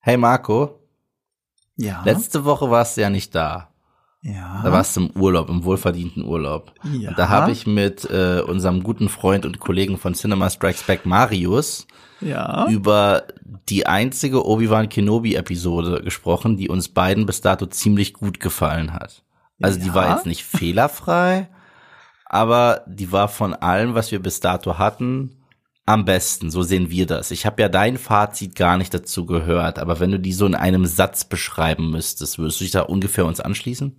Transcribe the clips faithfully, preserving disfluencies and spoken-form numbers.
Hey Marco, Ja. letzte Woche warst du ja nicht da. Ja. Da warst du im Urlaub, im wohlverdienten Urlaub. Ja. Und da habe ich mit äh, unserem guten Freund und Kollegen von Cinema Strikes Back, Marius, ja. über die einzige Obi-Wan Kenobi-Episode gesprochen, die uns beiden bis dato ziemlich gut gefallen hat. Also die Ja. war jetzt nicht fehlerfrei, aber die war von allem, was wir bis dato hatten, am besten. So sehen wir das. Ich habe ja dein Fazit gar nicht dazu gehört, aber wenn du die so in einem Satz beschreiben müsstest, würdest du dich da ungefähr uns anschließen?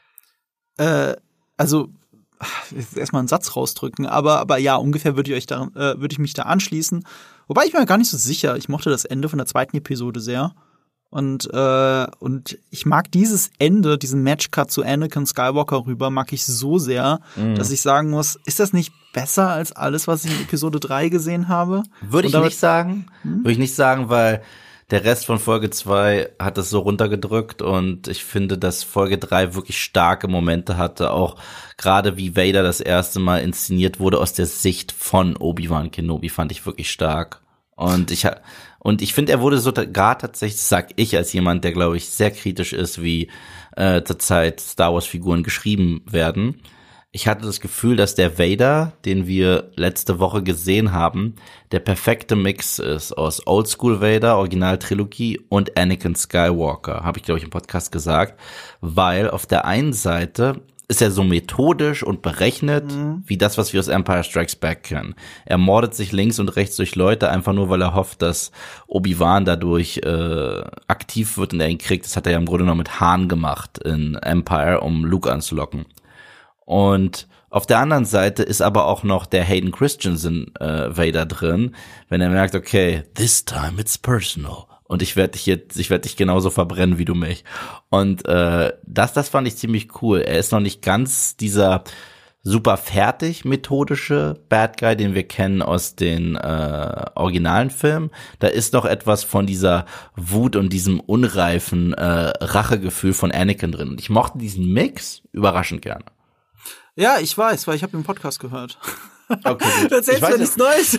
Äh, also erstmal einen Satz rausdrücken, aber aber ja, ungefähr würde ich euch da äh, würde ich mich da anschließen. Wobei ich mir gar nicht so sicher. Ich mochte das Ende von der zweiten Episode sehr. Und äh, und ich mag dieses Ende, diesen Matchcut zu Anakin Skywalker rüber, mag ich so sehr, mhm. dass ich sagen muss, ist das nicht besser als alles, was ich in Episode drei gesehen habe? Würde ich nicht sagen. Hm? Würde ich nicht sagen, weil der Rest von Folge zwei hat es so runtergedrückt und ich finde, dass Folge drei wirklich starke Momente hatte, auch gerade wie Vader das erste Mal inszeniert wurde aus der Sicht von Obi-Wan Kenobi, fand ich wirklich stark. Und ich und ich finde, er wurde so gar tatsächlich, das sag ich als jemand, der glaube ich sehr kritisch ist, wie äh, zurzeit Star Wars Figuren geschrieben werden. Ich hatte das Gefühl, dass der Vader, den wir letzte Woche gesehen haben, der perfekte Mix ist aus Oldschool Vader, Originaltrilogie und Anakin Skywalker, habe ich glaube ich im Podcast gesagt, weil auf der einen Seite ist er so methodisch und berechnet, mhm. wie das, was wir aus Empire Strikes Back kennen. Er mordet sich links und rechts durch Leute, einfach nur, weil er hofft, dass Obi-Wan dadurch äh, aktiv wird und er ihn kriegt. Das hat er ja im Grunde noch mit Han gemacht in Empire, um Luke anzulocken. Und auf der anderen Seite ist aber auch noch der Hayden Christensen äh, Vader drin, wenn er merkt, okay, this time it's personal. Und ich werde dich jetzt, ich werde dich genauso verbrennen wie du mich. Und äh, das, das fand ich ziemlich cool. Er ist noch nicht ganz dieser super fertig methodische Bad Guy, den wir kennen aus den äh, originalen Filmen. Da ist noch etwas von dieser Wut und diesem unreifen äh, Rachegefühl von Anakin drin. Und ich mochte diesen Mix überraschend gerne. Ja, ich weiß, weil ich habe den Podcast gehört. Okay, du erzählst mir nichts Neues.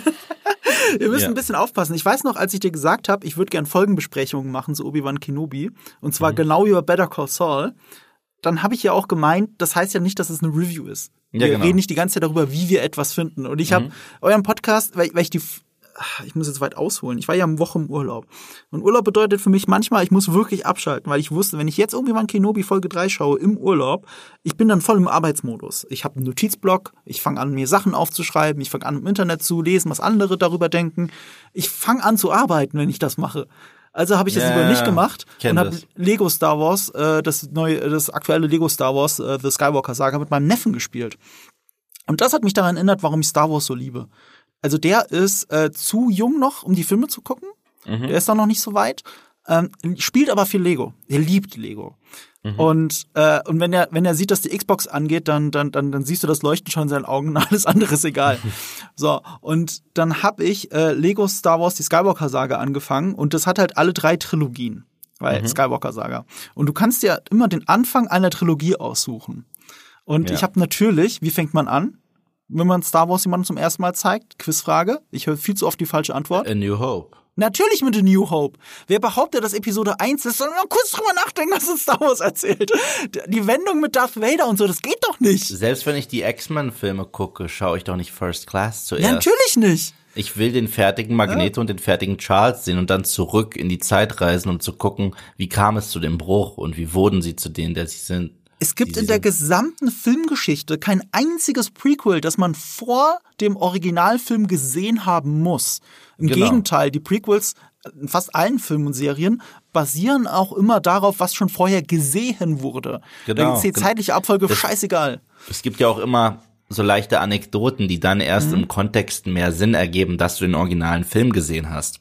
Wir müssen ja. ein bisschen aufpassen. Ich weiß noch, als ich dir gesagt habe, ich würde gern Folgenbesprechungen machen zu Obi-Wan Kenobi, und zwar mhm. genau über Better Call Saul, dann habe ich ja auch gemeint, das heißt ja nicht, dass es eine Review ist. Ja, wir genau. reden nicht die ganze Zeit darüber, wie wir etwas finden. Und ich habe mhm. euren Podcast, weil, weil ich die ich muss jetzt weit ausholen. Ich war ja eine Woche im Urlaub. Und Urlaub bedeutet für mich manchmal, ich muss wirklich abschalten, weil ich wusste, wenn ich jetzt Obi-Wan Kenobi Folge drei schaue im Urlaub, ich bin dann voll im Arbeitsmodus. Ich habe einen Notizblock, ich fange an, mir Sachen aufzuschreiben, ich fange an, im Internet zu lesen, was andere darüber denken. Ich fange an zu arbeiten, wenn ich das mache. Also habe ich das ja, lieber nicht gemacht und habe das. Lego Star Wars, äh, das neue, das aktuelle Lego Star Wars, äh, The Skywalker Saga, mit meinem Neffen gespielt. Und das hat mich daran erinnert, warum ich Star Wars so liebe. Also der ist äh, zu jung noch, um die Filme zu gucken. Mhm. Der ist da noch nicht so weit. Ähm, spielt aber viel Lego. Er liebt Lego. Mhm. Und äh, und wenn er wenn er sieht, dass die Xbox angeht, dann dann dann dann siehst du das Leuchten schon in seinen Augen und alles andere ist egal. So, und dann habe ich äh, Lego Star Wars die Skywalker Saga angefangen und das hat halt alle drei Trilogien, weil mhm. Skywalker Saga. Und du kannst dir immer den Anfang einer Trilogie aussuchen. Und ja. ich habe natürlich, wie fängt man an? Wenn man Star Wars jemandem zum ersten Mal zeigt? Quizfrage. Ich höre viel zu oft die falsche Antwort. A New Hope. Natürlich mit A New Hope. Wer behauptet, dass Episode eins ist, soll mal kurz drüber nachdenken, was uns Star Wars erzählt. Die Wendung mit Darth Vader und so, das geht doch nicht. Selbst wenn ich die X-Men-Filme gucke, schaue ich doch nicht First Class zuerst. Ja, natürlich nicht. Ich will den fertigen Magneto ja. und den fertigen Charles sehen und dann zurück in die Zeit reisen, um zu gucken, wie kam es zu dem Bruch und wie wurden sie zu denen, der sie sind. Es gibt in der gesamten Filmgeschichte kein einziges Prequel, das man vor dem Originalfilm gesehen haben muss. Im genau. Gegenteil, die Prequels in fast allen Filmen und Serien basieren auch immer darauf, was schon vorher gesehen wurde. Genau. Da ist die zeitliche Abfolge das, scheißegal. Es gibt ja auch immer so leichte Anekdoten, die dann erst mhm. im Kontext mehr Sinn ergeben, dass du den originalen Film gesehen hast.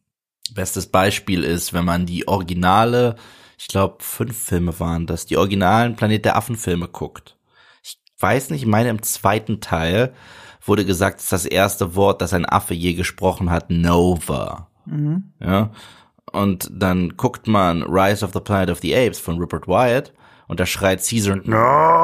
Bestes Beispiel ist, wenn man die originale ich glaube, fünf Filme waren das, die originalen Planet der Affen-Filme guckt. Ich weiß nicht, ich meine, im zweiten Teil wurde gesagt, dass das erste Wort, das ein Affe je gesprochen hat, Nova. Mhm. Ja. Und dann guckt man Rise of the Planet of the Apes von Rupert Wyatt und da schreit Caesar,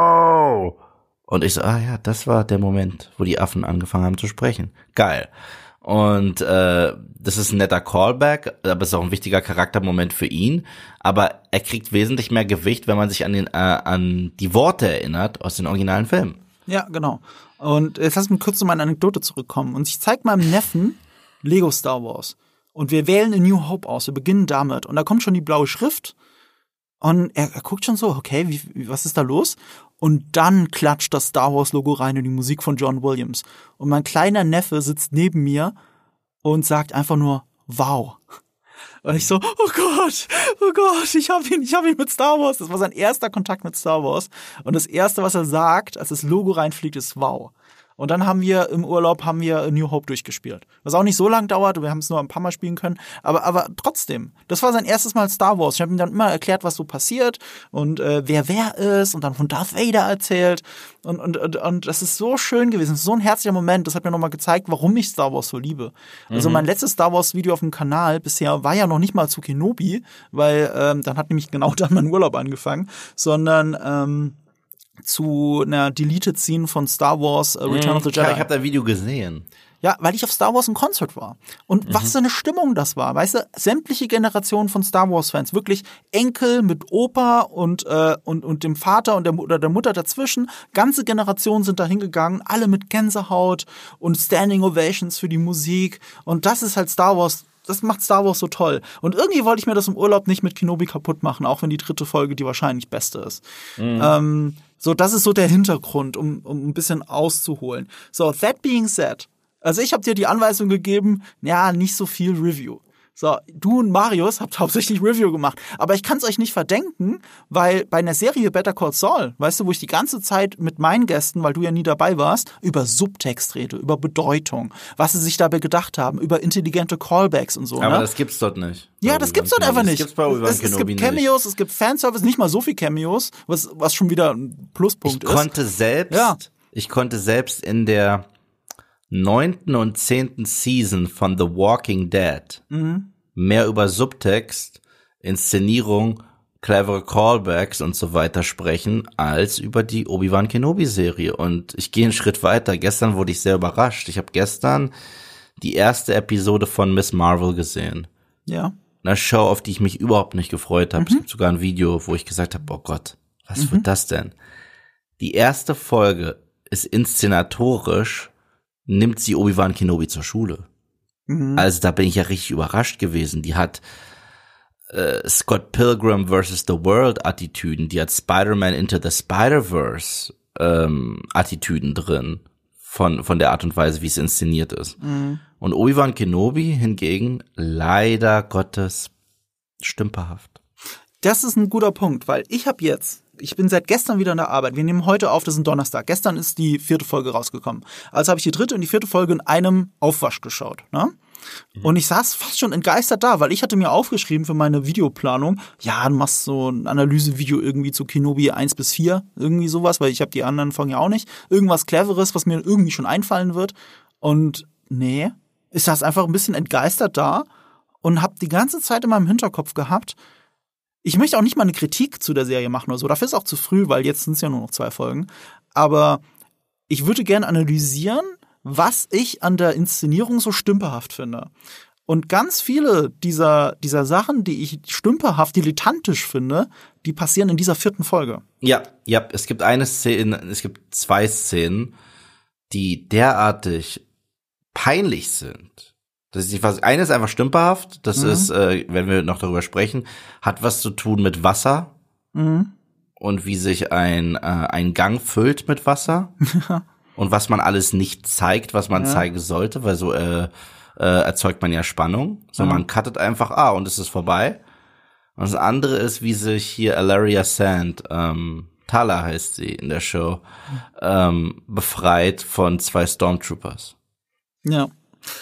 No! Und ich so, ah ja, das war der Moment, wo die Affen angefangen haben zu sprechen. Geil. Und äh, das ist ein netter Callback, aber es ist auch ein wichtiger Charaktermoment für ihn. Aber er kriegt wesentlich mehr Gewicht, wenn man sich an den äh, an die Worte erinnert aus den originalen Filmen. Ja, genau. Und jetzt lass mich kurz zu meiner Anekdote zurückkommen. Und ich zeige meinem Neffen Lego Star Wars. Und wir wählen A New Hope aus. Wir beginnen damit. Und da kommt schon die blaue Schrift. Und er, er guckt schon so, okay, wie, wie, was ist da los? Und dann klatscht das Star Wars Logo rein in die Musik von John Williams. Und mein kleiner Neffe sitzt neben mir und sagt einfach nur, wow. Und ich so, oh Gott, oh Gott, ich hab ihn, ich hab ihn mit Star Wars. Das war sein erster Kontakt mit Star Wars. Und das erste, was er sagt, als das Logo reinfliegt, ist wow. Und dann haben wir im Urlaub haben wir A New Hope durchgespielt. Was auch nicht so lang dauert, wir haben es nur ein paar Mal spielen können, aber aber trotzdem, das war sein erstes Mal Star Wars. Ich habe ihm dann immer erklärt, was so passiert und äh, wer wer ist und dann von Darth Vader erzählt und und und, und das ist so schön gewesen, das ist so ein herzlicher Moment. Das hat mir nochmal gezeigt, warum ich Star Wars so liebe. Mhm. Also mein letztes Star Wars Video auf dem Kanal bisher war ja noch nicht mal zu Kenobi, weil ähm, dann hat nämlich genau dann mein Urlaub angefangen, sondern ähm, zu einer Deleted Scene von Star Wars uh, Return mm, of the Jedi. Ich habe da Video gesehen. Ja, weil ich auf Star Wars ein Konzert war. Und mhm. was für eine Stimmung das war. Weißt du, sämtliche Generationen von Star Wars-Fans, wirklich Enkel mit Opa und äh, und und dem Vater und der, oder der Mutter dazwischen. Ganze Generationen sind da hingegangen, alle mit Gänsehaut und Standing Ovations für die Musik. Und das ist halt Star Wars. Das macht Star Wars so toll. Und irgendwie wollte ich mir das im Urlaub nicht mit Kenobi kaputt machen, auch wenn die dritte Folge die wahrscheinlich beste ist. Mhm. Ähm, so, das ist so der Hintergrund, um, um ein bisschen auszuholen. So, that being said, also ich habe dir die Anweisung gegeben, ja, nicht so viel Review. So, du und Marius habt hauptsächlich Review gemacht. Aber ich kann es euch nicht verdenken, weil bei einer Serie Better Call Saul, weißt du, wo ich die ganze Zeit mit meinen Gästen, weil du ja nie dabei warst, über Subtext rede, über Bedeutung, was sie sich dabei gedacht haben, über intelligente Callbacks und so. Aber ne? das gibt's dort nicht. Ja, das gibt's dort einfach nicht. Das gibt's bei Obi-Wan es, es gibt Cameos, nicht. Es gibt Fanservice, nicht mal so viel Cameos, was, was schon wieder ein Pluspunkt ich ist. Konnte selbst, ja. Ich konnte selbst in der neunten und zehnten Season von The Walking Dead mhm. mehr über Subtext, Inszenierung, clevere Callbacks und so weiter sprechen, als über die Obi-Wan Kenobi-Serie. Und ich gehe einen Schritt weiter. Gestern wurde ich sehr überrascht. Ich habe gestern die erste Episode von Miss Marvel gesehen. Ja. Eine Show, auf die ich mich überhaupt nicht gefreut habe. Mhm. Es gibt sogar ein Video, wo ich gesagt habe, oh Gott, was mhm. wird das denn? Die erste Folge ist inszenatorisch, nimmt sie Obi-Wan Kenobi zur Schule. Mhm. Also da bin ich ja richtig überrascht gewesen. Die hat äh, Scott Pilgrim versus the World Attitüden, die hat Spider-Man Into the Spider-Verse ähm, Attitüden drin, von von der Art und Weise, wie es inszeniert ist. Mhm. Und Obi-Wan Kenobi hingegen leider Gottes stümperhaft. Das ist ein guter Punkt, weil ich habe jetzt Ich bin seit gestern wieder in der Arbeit. Wir nehmen heute auf, das ist ein Donnerstag. Gestern ist die vierte Folge rausgekommen. Also habe ich die dritte und die vierte Folge in einem Aufwasch geschaut. Ne? Mhm. Und ich saß fast schon entgeistert da, weil ich hatte mir aufgeschrieben für meine Videoplanung, ja, du machst so ein Analysevideo irgendwie zu Kenobi eins bis vier, irgendwie sowas, weil ich habe die anderen Folgen ja auch nicht. Irgendwas Cleveres, was mir irgendwie schon einfallen wird. Und nee, ich saß einfach ein bisschen entgeistert da und habe die ganze Zeit in meinem Hinterkopf gehabt, ich möchte auch nicht mal eine Kritik zu der Serie machen oder so. Dafür ist es auch zu früh, weil jetzt sind es ja nur noch zwei Folgen. Aber ich würde gerne analysieren, was ich an der Inszenierung so stümperhaft finde. Und ganz viele dieser, dieser Sachen, die ich stümperhaft, dilettantisch finde, die passieren in dieser vierten Folge. Ja, ja, es gibt eine Szene, es gibt zwei Szenen, die derartig peinlich sind. Das ist was, eine ist einfach stümperhaft, das mhm. ist, äh, wenn wir noch darüber sprechen, hat was zu tun mit Wasser mhm. und wie sich ein äh, ein Gang füllt mit Wasser und was man alles nicht zeigt, was man ja. zeigen sollte, weil so äh, äh, erzeugt man ja Spannung, sondern mhm. man cuttet einfach, ah, und es ist vorbei. Und das andere ist, wie sich hier Ilaria Sand, ähm, Tala heißt sie in der Show, ähm, befreit von zwei Stormtroopers. Ja.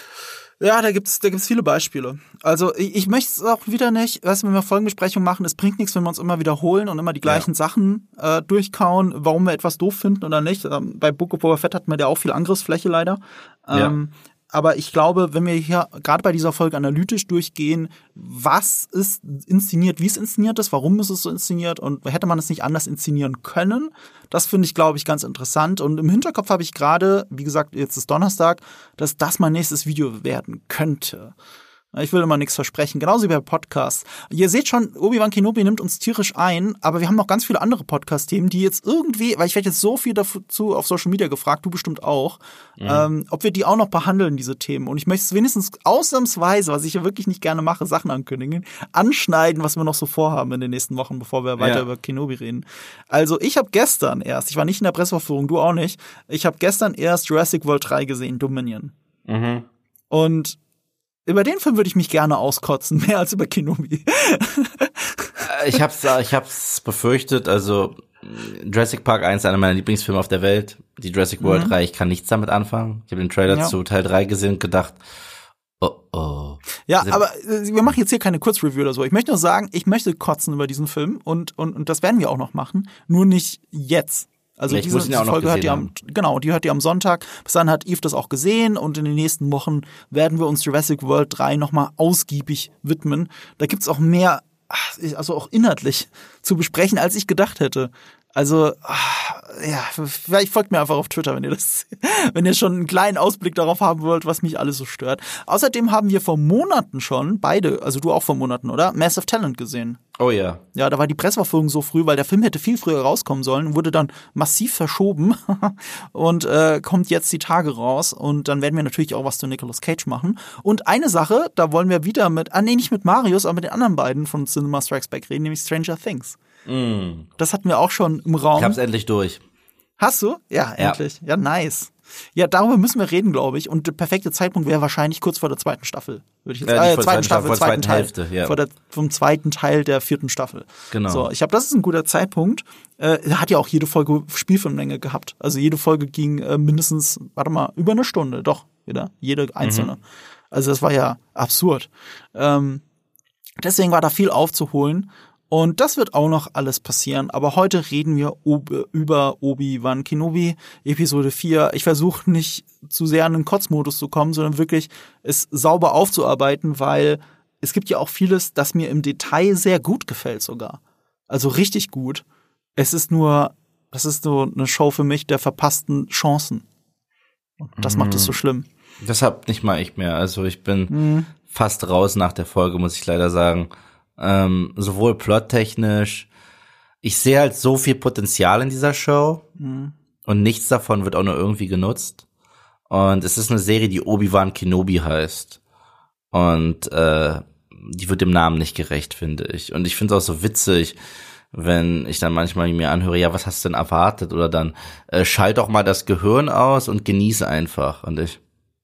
Ja, da gibt's, da gibt's viele Beispiele. Also ich, ich möchte es auch wieder nicht, weißt du, wenn wir Folgenbesprechungen machen, es bringt nichts, wenn wir uns immer wiederholen und immer die gleichen ja. Sachen äh, durchkauen, warum wir etwas doof finden oder nicht. Ähm, bei Book of Boba Fett hatten wir ja auch viel Angriffsfläche leider. Ähm, aber ich glaube, wenn wir hier gerade bei dieser Folge analytisch durchgehen, was ist inszeniert, wie es inszeniert ist, warum ist es so inszeniert und hätte man es nicht anders inszenieren können, das finde ich, glaube ich, ganz interessant. Und im Hinterkopf habe ich gerade, wie gesagt, jetzt ist Donnerstag, dass das mein nächstes Video werden könnte. Ich will immer nichts versprechen, genauso wie bei Podcasts. Ihr seht schon, Obi-Wan Kenobi nimmt uns tierisch ein, aber wir haben noch ganz viele andere Podcast-Themen, die jetzt irgendwie, weil ich werde jetzt so viel dazu auf Social Media gefragt, du bestimmt auch, mhm. ähm, ob wir die auch noch behandeln, diese Themen. Und ich möchte es wenigstens ausnahmsweise, was ich ja wirklich nicht gerne mache, Sachen ankündigen, anschneiden, was wir noch so vorhaben in den nächsten Wochen, bevor wir weiter ja. über Kenobi reden. Also ich habe gestern erst, ich war nicht in der Presseverführung, du auch nicht, ich habe gestern erst Jurassic World drei gesehen, Dominion. Mhm. Und über den Film würde ich mich gerne auskotzen, mehr als über Kenobi. ich hab's, ich hab's befürchtet, also Jurassic Park eins, einer meiner Lieblingsfilme auf der Welt, die Jurassic World mhm. drei, ich kann nichts damit anfangen. Ich habe den Trailer ja. zu Teil drei gesehen und gedacht, oh oh. Ja, also, aber äh, wir machen jetzt hier keine Kurzreview oder so. Ich möchte nur sagen, ich möchte kotzen über diesen Film und, und, und das werden wir auch noch machen, nur nicht jetzt. Also ja, diese, diese Folge hört ihr am, genau, die hört ihr am Sonntag. Bis dann hat Yves das auch gesehen und in den nächsten Wochen werden wir uns Jurassic World drei nochmal ausgiebig widmen. Da gibt's auch mehr, also auch inhaltlich zu besprechen, als ich gedacht hätte. Also, ja, vielleicht folgt mir einfach auf Twitter, wenn ihr das, wenn ihr schon einen kleinen Ausblick darauf haben wollt, was mich alles so stört. Außerdem haben wir vor Monaten schon, beide, also du auch vor Monaten, oder? Massive Talent gesehen. Oh ja. Ja, da war die Presseverführung so früh, weil der Film hätte viel früher rauskommen sollen, wurde dann massiv verschoben und äh, kommt jetzt die Tage raus. Und dann werden wir natürlich auch was zu Nicolas Cage machen. Und eine Sache, da wollen wir wieder mit, ah nee, nicht mit Marius, aber mit den anderen beiden von Cinema Strikes Back reden, nämlich Stranger Things. Mm. Das hatten wir auch schon im Raum. Ich hab's endlich durch. Hast du? Ja, endlich. Ja, ja, nice. Ja, darüber müssen wir reden, glaube ich. Und der perfekte Zeitpunkt wäre wahrscheinlich kurz vor der zweiten Staffel. Würde ich jetzt äh, äh, zweiten Staffel, vor zweiten Teil. Hälfte, ja. Vor der, vom zweiten Teil der vierten Staffel. Genau. So, ich glaube, das ist ein guter Zeitpunkt. Äh, hat ja auch jede Folge Spielfilmlänge gehabt. Also jede Folge ging äh, mindestens, warte mal, über eine Stunde. Doch, wieder. Jede einzelne. Mhm. Also das war ja absurd. Ähm, deswegen war da viel aufzuholen. Und das wird auch noch alles passieren. Aber heute reden wir ob, über Obi-Wan Kenobi, Episode vier. Ich versuche nicht zu sehr in den Kotzmodus zu kommen, sondern wirklich es sauber aufzuarbeiten, weil es gibt ja auch vieles, das mir im Detail sehr gut gefällt sogar. Also richtig gut. Es ist nur, das ist so eine Show für mich der verpassten Chancen. Und das mhm. macht es so schlimm. Das hab nicht mal ich mehr. Also ich bin mhm. fast raus nach der Folge, muss ich leider sagen. Ähm, sowohl plottechnisch, ich sehe halt so viel Potenzial in dieser Show mhm. und nichts davon wird auch nur irgendwie genutzt. Und es ist eine Serie, die Obi-Wan Kenobi heißt. Und äh, die wird dem Namen nicht gerecht, finde ich. Und ich finde es auch so witzig, wenn ich dann manchmal mir anhöre, ja, was hast du denn erwartet? Oder dann äh, schalt doch mal das Gehirn aus und genieße einfach. Und ich,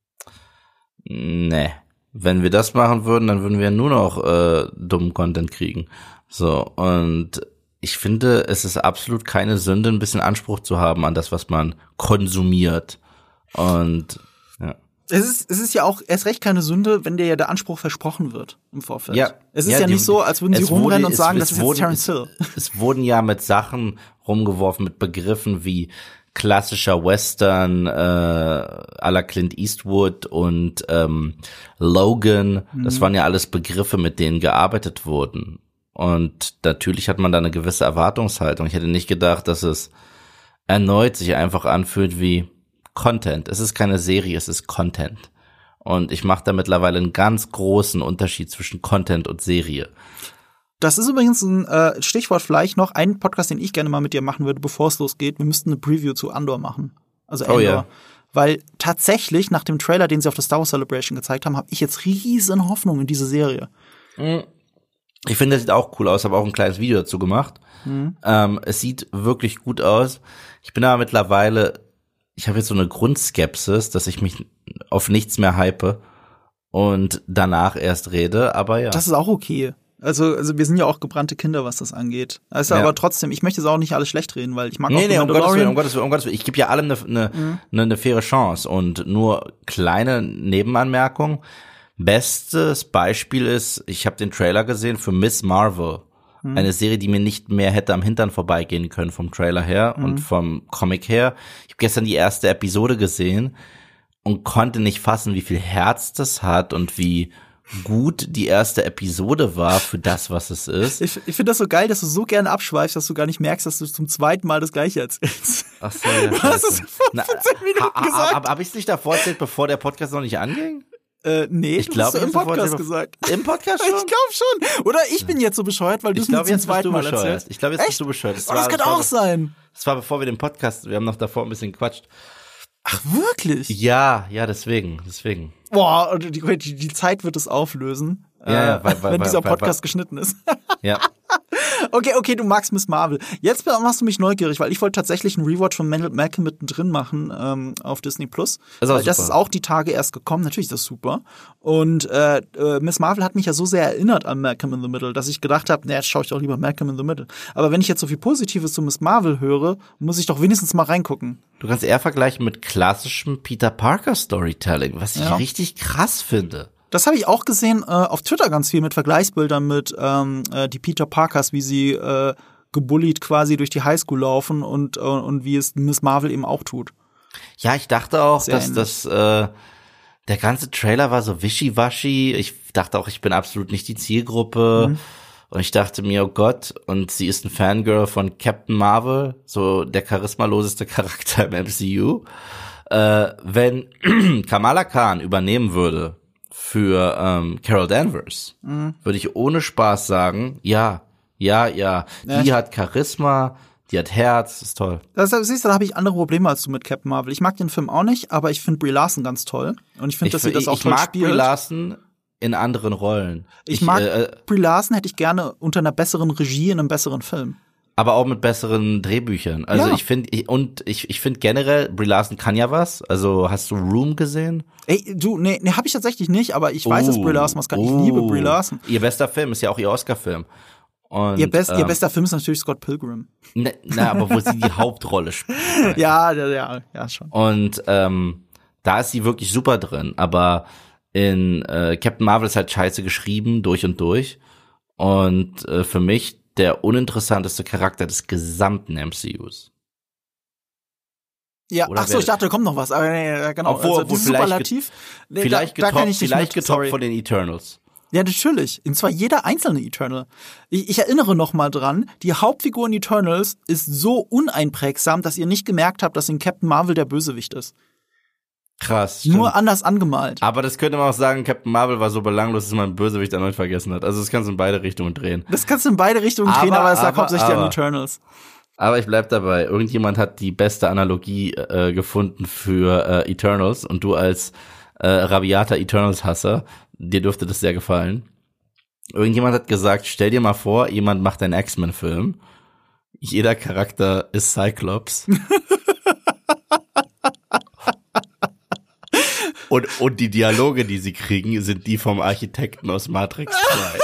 nee. Wenn wir das machen würden, dann würden wir nur noch äh, dummen Content kriegen. So, und ich finde, es ist absolut keine Sünde, ein bisschen Anspruch zu haben an das, was man konsumiert. Und ja. Es ist, es ist ja auch erst recht keine Sünde, wenn dir ja der Anspruch versprochen wird im Vorfeld. Ja. Es ist ja, ja die, nicht so, als würden sie rumrennen wurde, und sagen, es, das es ist wurden, jetzt Terence Hill. Es, es wurden ja mit Sachen rumgeworfen, mit Begriffen wie klassischer Western äh, à la Clint Eastwood und ähm, Logan. Mhm. Das waren ja alles Begriffe, mit denen gearbeitet wurden. Und natürlich hat man da eine gewisse Erwartungshaltung. Ich hätte nicht gedacht, dass es erneut sich einfach anfühlt wie Content. Es ist keine Serie, es ist Content. Und ich mache da mittlerweile einen ganz großen Unterschied zwischen Content und Serie. Das ist übrigens ein äh, Stichwort vielleicht noch, ein Podcast, den ich gerne mal mit dir machen würde, bevor es losgeht. Wir müssten eine Preview zu Andor machen. Also Andor. Oh, yeah. Weil tatsächlich nach dem Trailer, den sie auf der Star Wars Celebration gezeigt haben, habe ich jetzt riesen Hoffnung in diese Serie. Ich finde, das sieht auch cool aus. Habe auch ein kleines Video dazu gemacht. Mhm. Ähm, es sieht wirklich gut aus. Ich bin aber mittlerweile, ich habe jetzt so eine Grundskepsis, dass ich mich auf nichts mehr hype und danach erst rede. Aber ja. Das ist auch okay. Also, also wir sind ja auch gebrannte Kinder, was das angeht. Also, ja. Aber trotzdem, ich möchte es auch nicht alles schlecht reden, weil ich mag nee, auch nee, um Gottes Willen, um Gottes Willen, um Gottes Willen. Ich gebe ja allem eine, eine, mhm. eine, eine faire Chance und nur kleine Nebenanmerkung. Bestes Beispiel ist, ich habe den Trailer gesehen für Miss Marvel. Mhm. Eine Serie, die mir nicht mehr hätte am Hintern vorbeigehen können vom Trailer her mhm. und vom Comic her. Ich habe gestern die erste Episode gesehen und konnte nicht fassen, wie viel Herz das hat und wie gut die erste Episode war für das, was es ist. Ich, ich finde das so geil, dass du so gerne abschweifst, dass du gar nicht merkst, dass du zum zweiten Mal das Gleiche erzählst. Ach so, ja. Du hast es vor fünfzehn Minuten ha, ha, gesagt. Habe hab ich es nicht davor erzählt, bevor der Podcast noch nicht anging? Äh, nee, ich glaube, im Podcast gesagt. Im Podcast schon? Ich glaube schon. Oder ich bin jetzt so bescheuert, weil du es mir zum zweiten Mal erzählst. Ich glaube, jetzt Echt? bist du bescheuert. Das, oh, das kann auch war, sein. Das war bevor wir den Podcast, wir haben noch davor ein bisschen gequatscht. Ach, wirklich? Ja, ja, deswegen, deswegen. Boah, die, die, die Zeit wird es auflösen, ja, ja, weil, äh, weil, wenn weil, dieser Podcast weil, weil, geschnitten ist. Ja. Okay, okay, du magst Miss Marvel. Jetzt machst du mich neugierig, weil ich wollte tatsächlich einen Rewatch von Malcolm mittendrin machen ähm, auf Disney Plus. Ist auch weil das super. ist auch die Tage erst gekommen. Natürlich ist das super. Und äh, äh, Miss Marvel hat mich ja so sehr erinnert an Malcolm in the Middle, dass ich gedacht habe, naja, jetzt schaue ich doch lieber Malcolm in the Middle. Aber wenn ich jetzt so viel Positives zu Miss Marvel höre, muss ich doch wenigstens mal reingucken. Du kannst eher vergleichen mit klassischem Peter Parker Storytelling, was ich Ja. richtig krass finde. Das habe ich auch gesehen äh, auf Twitter ganz viel mit Vergleichsbildern mit ähm, äh, die Peter Parkers, wie sie äh, gebullied quasi durch die Highschool laufen und äh, und wie es Miss Marvel eben auch tut. Ja, ich dachte auch, Sehr dass ähnlich. das äh, der ganze Trailer war so wischiwaschi. Ich dachte auch, ich bin absolut nicht die Zielgruppe. Mhm. Und ich dachte mir, oh Gott, und sie ist ein Fangirl von Captain Marvel, so der charismaloseste Charakter im M C U. Äh, wenn Kamala Khan übernehmen würde für ähm, Carol Danvers, Mhm. würde ich ohne Spaß sagen, ja, ja, ja, die Ja. hat Charisma, die hat Herz, ist toll. Das, siehst du, da habe ich andere Probleme als du mit Captain Marvel. Ich mag den Film auch nicht, aber ich finde Brie Larson ganz toll. Und ich finde, dass sie das ich, auch ich toll mag spielt. Brie Larson in anderen Rollen. Ich mag äh, Brie Larson hätte ich gerne unter einer besseren Regie in einem besseren Film. aber auch mit besseren Drehbüchern. Also Ja. ich finde, ich, und ich, ich finde generell, Brie Larson kann ja was. Also hast du Room gesehen? Ey, du, nee, nee, habe ich tatsächlich nicht, aber ich weiß, dass Brie Larson was kann. Ich liebe Brie Larson. Ihr bester Film ist ja auch ihr Oscar-Film. Und, Ihr, best, ähm, ihr bester Film ist natürlich Scott Pilgrim. Ne, na, aber wo sie die Hauptrolle spielt. Ja, ja, ja, ja, schon. Und ähm, da ist sie wirklich super drin. Aber in äh, Captain Marvel ist halt scheiße geschrieben, durch und durch. Und äh, für mich der uninteressanteste Charakter des gesamten M C Us. Ja, Oder ach so, wer- ich dachte, da kommt noch was. Aber nee, ja, genau. Obwohl- also, obwohl dieses vielleicht Superlativ, nee, Vielleicht da, da getoppt, kann ich nicht vielleicht mit, getoppt sorry. von den Eternals. Ja, natürlich. Und zwar jeder einzelne Eternal. Ich, ich erinnere noch mal dran, die Hauptfigur in Eternals ist so uneinprägsam, dass ihr nicht gemerkt habt, dass in Captain Marvel der Bösewicht ist. Krass. Nur stimmt. anders angemalt. Aber das könnte man auch sagen, Captain Marvel war so belanglos, dass man einen Bösewicht erneut vergessen hat. Also das kannst du in beide Richtungen drehen. Das kannst du in beide Richtungen Aber, drehen, aber es lag aber, hauptsächlich an aber. Eternals. Aber ich bleib dabei. Irgendjemand hat die beste Analogie äh, gefunden für äh, Eternals und du als äh, rabiater Eternals-Hasser, dir dürfte das sehr gefallen. Irgendjemand hat gesagt, stell dir mal vor, jemand macht einen X-Men-Film. Jeder Charakter ist Cyclops. und, und die Dialoge, die sie kriegen, sind die vom Architekten aus Matrix zwei.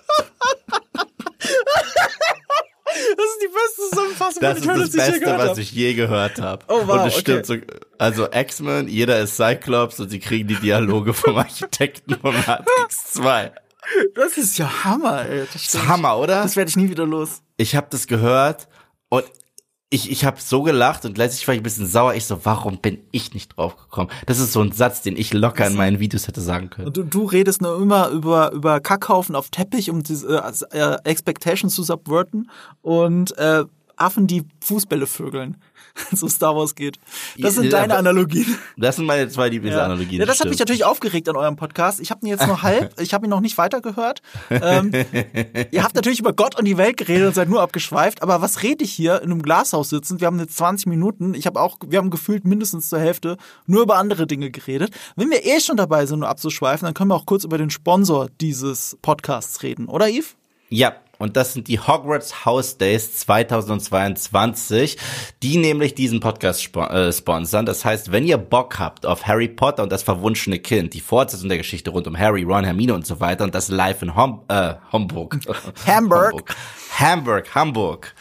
Das ist die beste Zusammenfassung Das von ist Eternals, das die ich je Beste, gehört was habe. ich je gehört habe. Oh, wow, und es okay. stimmt so. Also X-Men, jeder ist Cyclops und sie kriegen die Dialoge vom Architekten von Matrix zwei. Das ist ja Hammer, ey. Das, Das stimmt. ist Hammer, oder? Das werde ich nie wieder los. Ich habe das gehört und ich, ich habe so gelacht und gleichzeitig war ich ein bisschen sauer. Ich so, warum bin ich nicht drauf gekommen? Das ist so ein Satz, den ich locker in meinen Videos hätte sagen können. Und du, du redest nur immer über, über Kackhaufen auf Teppich, um diese äh, äh, Expectations zu subverten und äh, Affen, die Fußbälle vögeln. So Star Wars geht. Das sind Ja, deine aber- Analogien. Das sind meine zwei Lieblingsanalogien. Ja, das hat mich stimmt. natürlich aufgeregt an eurem Podcast. Ich habe ihn jetzt nur halb, ich habe ihn noch nicht weitergehört. Ähm, ihr habt natürlich über Gott und die Welt geredet und seid nur abgeschweift. Aber was rede ich hier in einem Glashaus sitzend? Wir haben jetzt zwanzig Minuten. Ich habe auch, wir haben gefühlt mindestens zur Hälfte nur über andere Dinge geredet. Wenn wir eh schon dabei sind, nur abzuschweifen, dann können wir auch kurz über den Sponsor dieses Podcasts reden, oder Yves? Ja, und das sind die Hogwarts House Days zweitausendzweiundzwanzig, die nämlich diesen Podcast spo- äh, sponsern. Das heißt, wenn ihr Bock habt auf Harry Potter und das verwunschene Kind, die Fortsetzung der Geschichte rund um Harry, Ron, Hermine und so weiter und das live in Hom- äh, Hamburg. Hamburg. Hamburg, Hamburg, Hamburg.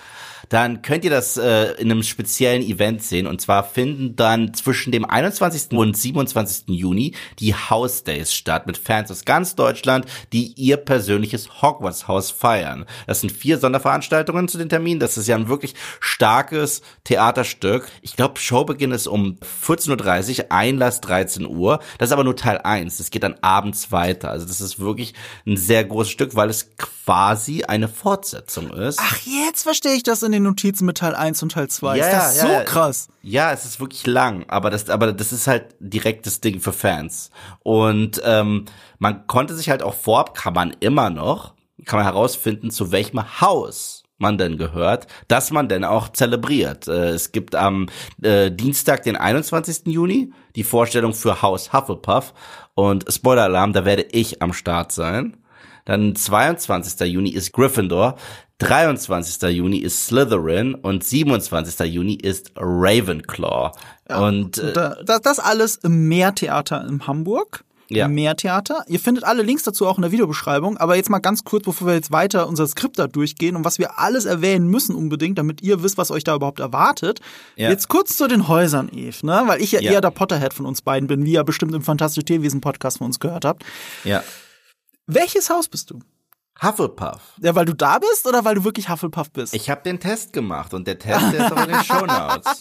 dann könnt ihr das äh, in einem speziellen Event sehen. Und zwar finden dann zwischen dem einundzwanzigsten und siebenundzwanzigsten Juni die House Days statt mit Fans aus ganz Deutschland, die ihr persönliches Hogwarts-Haus feiern. Das sind vier Sonderveranstaltungen zu den Terminen. Das ist ja ein wirklich starkes Theaterstück. Ich glaube, Showbeginn ist um vierzehn Uhr dreißig, Einlass dreizehn Uhr. Das ist aber nur Teil eins. Das geht dann abends weiter. Also das ist wirklich ein sehr großes Stück, weil es quasi eine Fortsetzung ist. Ach, jetzt verstehe ich das in den Notizen mit Teil eins und Teil zwei. Ja, ist das ja, so ja. krass? Ja, es ist wirklich lang, aber das, aber das ist halt direktes Ding für Fans. Und ähm, man konnte sich halt auch vorab, kann man immer noch, kann man herausfinden, zu welchem Haus man denn gehört, dass man denn auch zelebriert. Äh, es gibt am äh, Dienstag, den einundzwanzigsten Juni, die Vorstellung für Haus Hufflepuff. Und Spoiler-Alarm, da werde ich am Start sein. Dann zweiundzwanzigsten Juni ist Gryffindor, dreiundzwanzigsten Juni ist Slytherin und siebenundzwanzigsten Juni ist Ravenclaw. Ja, und äh, das, das alles im Meertheater in Hamburg. Ja. Meertheater. Ihr findet alle Links dazu auch in der Videobeschreibung. Aber jetzt mal ganz kurz, bevor wir jetzt weiter unser Skript da durchgehen und was wir alles erwähnen müssen unbedingt, damit ihr wisst, was euch da überhaupt erwartet. Ja. Jetzt kurz zu den Häusern, Eve, ne? Weil ich ja, ja eher der Potterhead von uns beiden bin, wie ihr bestimmt im Fantastische Tierwesen-Podcast von uns gehört habt. Ja. Welches Haus bist du? Hufflepuff. Ja, weil du da bist oder weil du wirklich Hufflepuff bist? Ich habe den Test gemacht und der Test, der ist auch in den Shownotes.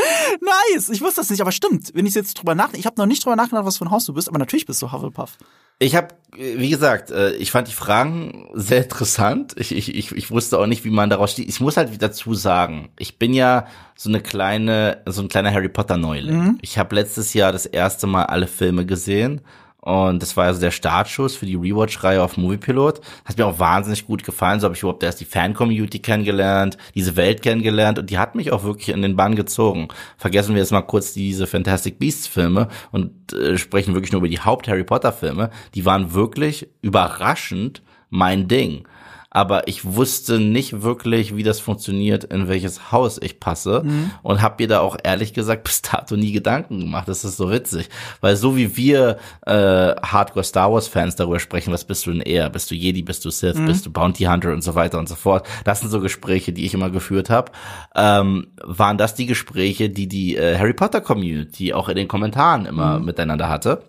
Nice, ich wusste das nicht, aber stimmt. Wenn ich jetzt drüber nachdenke, ich habe noch nicht drüber nachgedacht, was für ein Haus du bist, aber natürlich bist du Hufflepuff. Ich habe, wie gesagt, ich fand die Fragen sehr interessant. Ich, ich, ich, ich wusste auch nicht, wie man daraus steht. Ich muss halt dazu sagen, ich bin ja so eine kleine, so ein kleiner Harry Potter Neuling. Mhm. Ich habe letztes Jahr das erste Mal alle Filme gesehen. Und das war also der Startschuss für die Rewatch-Reihe auf Moviepilot. Hat mir auch wahnsinnig gut gefallen. So habe ich überhaupt erst die Fan-Community kennengelernt, diese Welt kennengelernt. Und die hat mich auch wirklich in den Bann gezogen. Vergessen wir jetzt mal kurz diese Fantastic Beasts-Filme und äh, sprechen wirklich nur über die Haupt-Harry Potter-Filme. Die waren wirklich überraschend mein Ding. Aber ich wusste nicht wirklich, wie das funktioniert, in welches Haus ich passe. Mhm. Und habe mir da auch ehrlich gesagt bis dato nie Gedanken gemacht. Das ist so witzig. Weil so wie wir äh, Hardcore-Star Wars-Fans darüber sprechen, was bist du denn eher? Bist du Jedi, bist du Sith, mhm. bist du Bounty Hunter und so weiter und so fort. Das sind so Gespräche, die ich immer geführt habe. Ähm, waren das die Gespräche, die die äh, Harry Potter-Community auch in den Kommentaren immer mhm. miteinander hatte.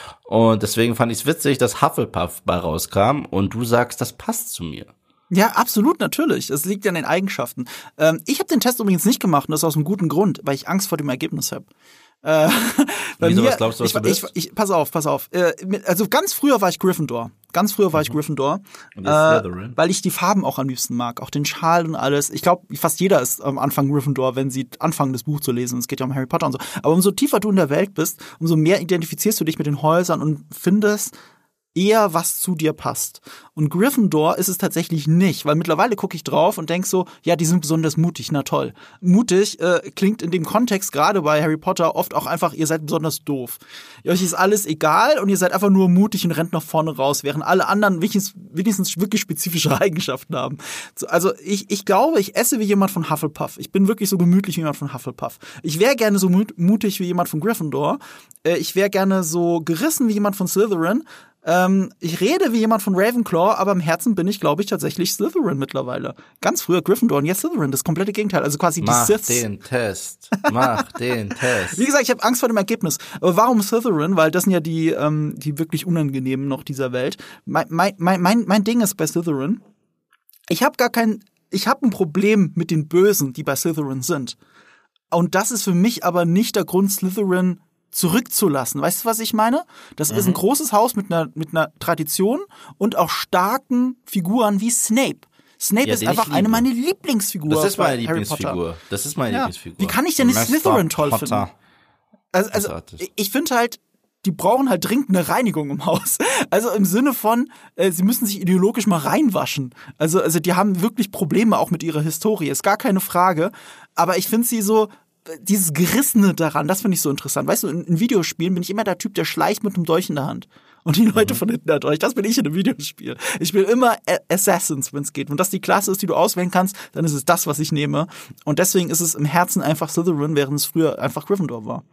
Und deswegen fand ich es witzig, dass Hufflepuff bei rauskam und du sagst, das passt zu mir. Ja, absolut, natürlich. Es liegt ja an den Eigenschaften. Ähm, ich habe den Test übrigens nicht gemacht und das aus einem guten Grund, weil ich Angst vor dem Ergebnis habe. Äh, Wieso, mir, was glaubst du, was ich, du bist? Ich, ich, pass auf, pass auf. Äh, also ganz früher war ich Gryffindor. Ganz früher war ich Gryffindor. Und jetzt Slytherin. Äh, weil ich die Farben auch am liebsten mag. Auch den Schal und alles. Ich glaube, fast jeder ist am Anfang Gryffindor, wenn sie anfangen, das Buch zu lesen. Es geht ja um Harry Potter und so. Aber umso tiefer du in der Welt bist, umso mehr identifizierst du dich mit den Häusern und findest eher, was zu dir passt. Und Gryffindor ist es tatsächlich nicht, weil mittlerweile gucke ich drauf und denk so, ja, die sind besonders mutig, na toll. Mutig äh, klingt in dem Kontext, gerade bei Harry Potter, oft auch einfach, ihr seid besonders doof. Euch ist alles egal und ihr seid einfach nur mutig und rennt nach vorne raus, während alle anderen wenigstens, wenigstens wirklich spezifische Eigenschaften haben. Also ich, ich glaube, ich esse wie jemand von Hufflepuff. Ich bin wirklich so gemütlich wie jemand von Hufflepuff. Ich wäre gerne so mutig wie jemand von Gryffindor. Äh, ich wäre gerne so gerissen wie jemand von Slytherin. Ähm, ich rede wie jemand von Ravenclaw, aber im Herzen bin ich, glaube ich, tatsächlich Slytherin mittlerweile. Ganz früher Gryffindor und jetzt Slytherin, das komplette Gegenteil. Also quasi Mach die Siths. Mach den Test. Mach den Test. Wie gesagt, ich habe Angst vor dem Ergebnis. Aber warum Slytherin? Weil das sind ja die, ähm, die wirklich unangenehmen noch dieser Welt. Mein, mein, mein, mein Ding ist bei Slytherin, ich habe gar kein, ich habe ein Problem mit den Bösen, die bei Slytherin sind. Und das ist für mich aber nicht der Grund, Slytherin zurückzulassen. Weißt du, was ich meine? Das mhm. ist ein großes Haus mit einer mit einer Tradition und auch starken Figuren wie Snape. Snape ja, ist einfach eine meiner Lieblingsfiguren. Das ist meine Lieblingsfigur. Das ist meine ja. Lieblingsfigur. Wie kann ich denn nicht Slytherin toll Potter. finden? Also, also ich finde halt, die brauchen halt dringend eine Reinigung im Haus. Also im Sinne von, äh, sie müssen sich ideologisch mal reinwaschen. Also also die haben wirklich Probleme auch mit ihrer Historie. Ist gar keine Frage. Aber ich finde sie so dieses Gerissene daran, das finde ich so interessant. Weißt du, in, in Videospielen bin ich immer der Typ, der schleicht mit einem Dolch in der Hand. Und die Leute mhm. von hinten der Dolch, das bin ich in einem Videospiel. Ich spiele immer Assassins, wenn es geht. Wenn das die Klasse ist, die du auswählen kannst, dann ist es das, was ich nehme. Und deswegen ist es im Herzen einfach Slytherin, während es früher einfach Gryffindor war.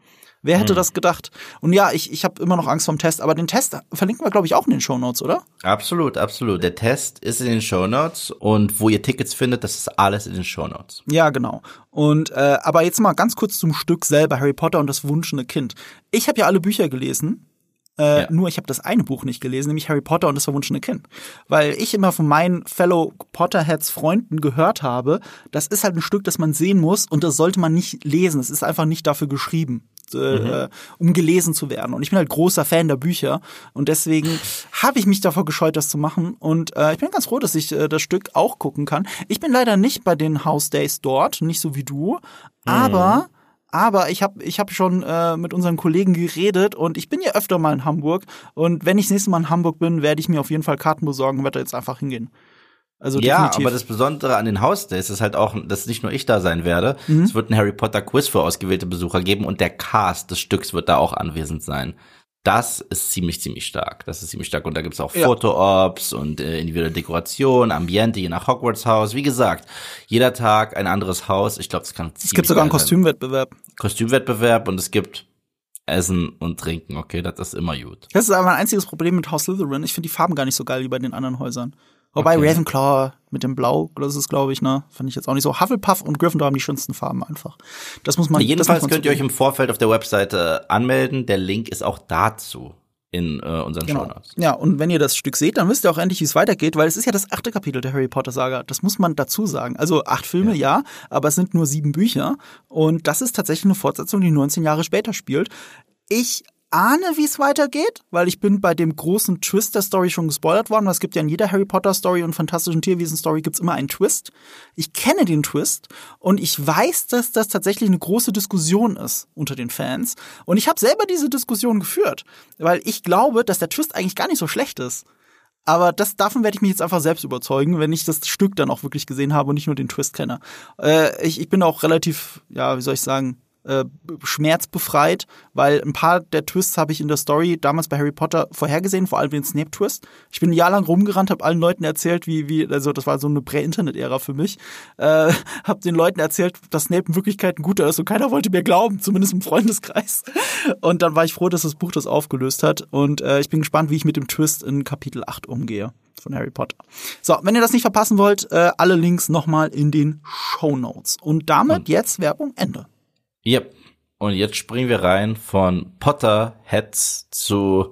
Wer hätte hm. das gedacht? Und ja, ich, ich habe immer noch Angst vorm Test, aber den Test verlinken wir, glaube ich, auch in den Shownotes, oder? Absolut, absolut. Der Test ist in den Shownotes und wo ihr Tickets findet, das ist alles in den Shownotes. Ja, genau. Und äh, aber jetzt mal ganz kurz zum Stück selber, Harry Potter und das verwunschene Kind. Ich habe ja alle Bücher gelesen. Äh, ja. Nur ich habe das eine Buch nicht gelesen, nämlich Harry Potter und das verwunschene Kind. Weil ich immer von meinen Fellow Potterheads-Freunden gehört habe, das ist halt ein Stück, das man sehen muss und das sollte man nicht lesen. Es ist einfach nicht dafür geschrieben. Äh, mhm. um gelesen zu werden. Und ich bin halt großer Fan der Bücher und deswegen habe ich mich davor gescheut, das zu machen. Und äh, ich bin ganz froh, dass ich äh, das Stück auch gucken kann. Ich bin leider nicht bei den House Days dort, nicht so wie du, mhm. aber aber ich habe ich hab schon äh, mit unseren Kollegen geredet und ich bin ja öfter mal in Hamburg und wenn ich das nächste Mal in Hamburg bin, werde ich mir auf jeden Fall Karten besorgen und werde da jetzt einfach hingehen. Also ja, definitiv. Aber das Besondere an den House Days ist halt auch, dass nicht nur ich da sein werde. Mhm. Es wird ein Harry Potter Quiz für ausgewählte Besucher geben und der Cast des Stücks wird da auch anwesend sein. Das ist ziemlich, ziemlich stark. Das ist ziemlich stark. Und da gibt's auch ja. Foto-Ops und äh, individuelle Dekoration, Ambiente, je nach Hogwarts-Haus. Wie gesagt, jeder Tag ein anderes Haus. Ich glaube, das kann ziemlich Es gibt sogar einen Kostümwettbewerb. Kostümwettbewerb und es gibt Essen und Trinken. Okay, das ist immer gut. Das ist aber mein einziges Problem mit Haus Slytherin. Ich finde die Farben gar nicht so geil wie bei den anderen Häusern. Wobei okay. Ravenclaw mit dem Blau, das ist, glaube ich, ne, fand ich jetzt auch nicht so. Hufflepuff und Gryffindor haben die schönsten Farben einfach. Das muss man. Ja, jedenfalls das muss man könnt ihr euch im Vorfeld auf der Webseite anmelden. Der Link ist auch dazu in äh, unseren genau. Shownotes. Ja, und wenn ihr das Stück seht, dann wisst ihr auch endlich, wie es weitergeht, weil es ist ja das achte Kapitel der Harry Potter Saga. Das muss man dazu sagen. Also acht Filme, ja, ja aber es sind nur sieben Bücher. Und das ist tatsächlich eine Fortsetzung, die neunzehn Jahre später spielt. Ich ahne, wie es weitergeht, weil ich bin bei dem großen Twist der Story schon gespoilert worden, weil es gibt ja in jeder Harry Potter Story und Fantastischen Tierwesen Story gibt's immer einen Twist. Ich kenne den Twist und ich weiß, dass das tatsächlich eine große Diskussion ist unter den Fans und ich habe selber diese Diskussion geführt, weil ich glaube, dass der Twist eigentlich gar nicht so schlecht ist. Aber das, davon werde ich mich jetzt einfach selbst überzeugen, wenn ich das Stück dann auch wirklich gesehen habe und nicht nur den Twist kenne. Äh, ich, ich bin auch relativ, ja, wie soll ich sagen, Äh, schmerzbefreit, weil ein paar der Twists habe ich in der Story damals bei Harry Potter vorhergesehen, vor allem den Snape-Twist. Ich bin ein Jahr lang rumgerannt, habe allen Leuten erzählt, wie, wie, also das war so eine Prä-Internet-Ära für mich, äh, habe den Leuten erzählt, dass Snape in Wirklichkeit ein guter ist und keiner wollte mir glauben, zumindest im Freundeskreis. Und dann war ich froh, dass das Buch das aufgelöst hat und äh, ich bin gespannt, wie ich mit dem Twist in Kapitel acht umgehe von Harry Potter. So, wenn ihr das nicht verpassen wollt, äh, alle Links nochmal in den Shownotes. Und damit und jetzt Werbung Ende. Yep. Und jetzt springen wir rein von Potterheads zu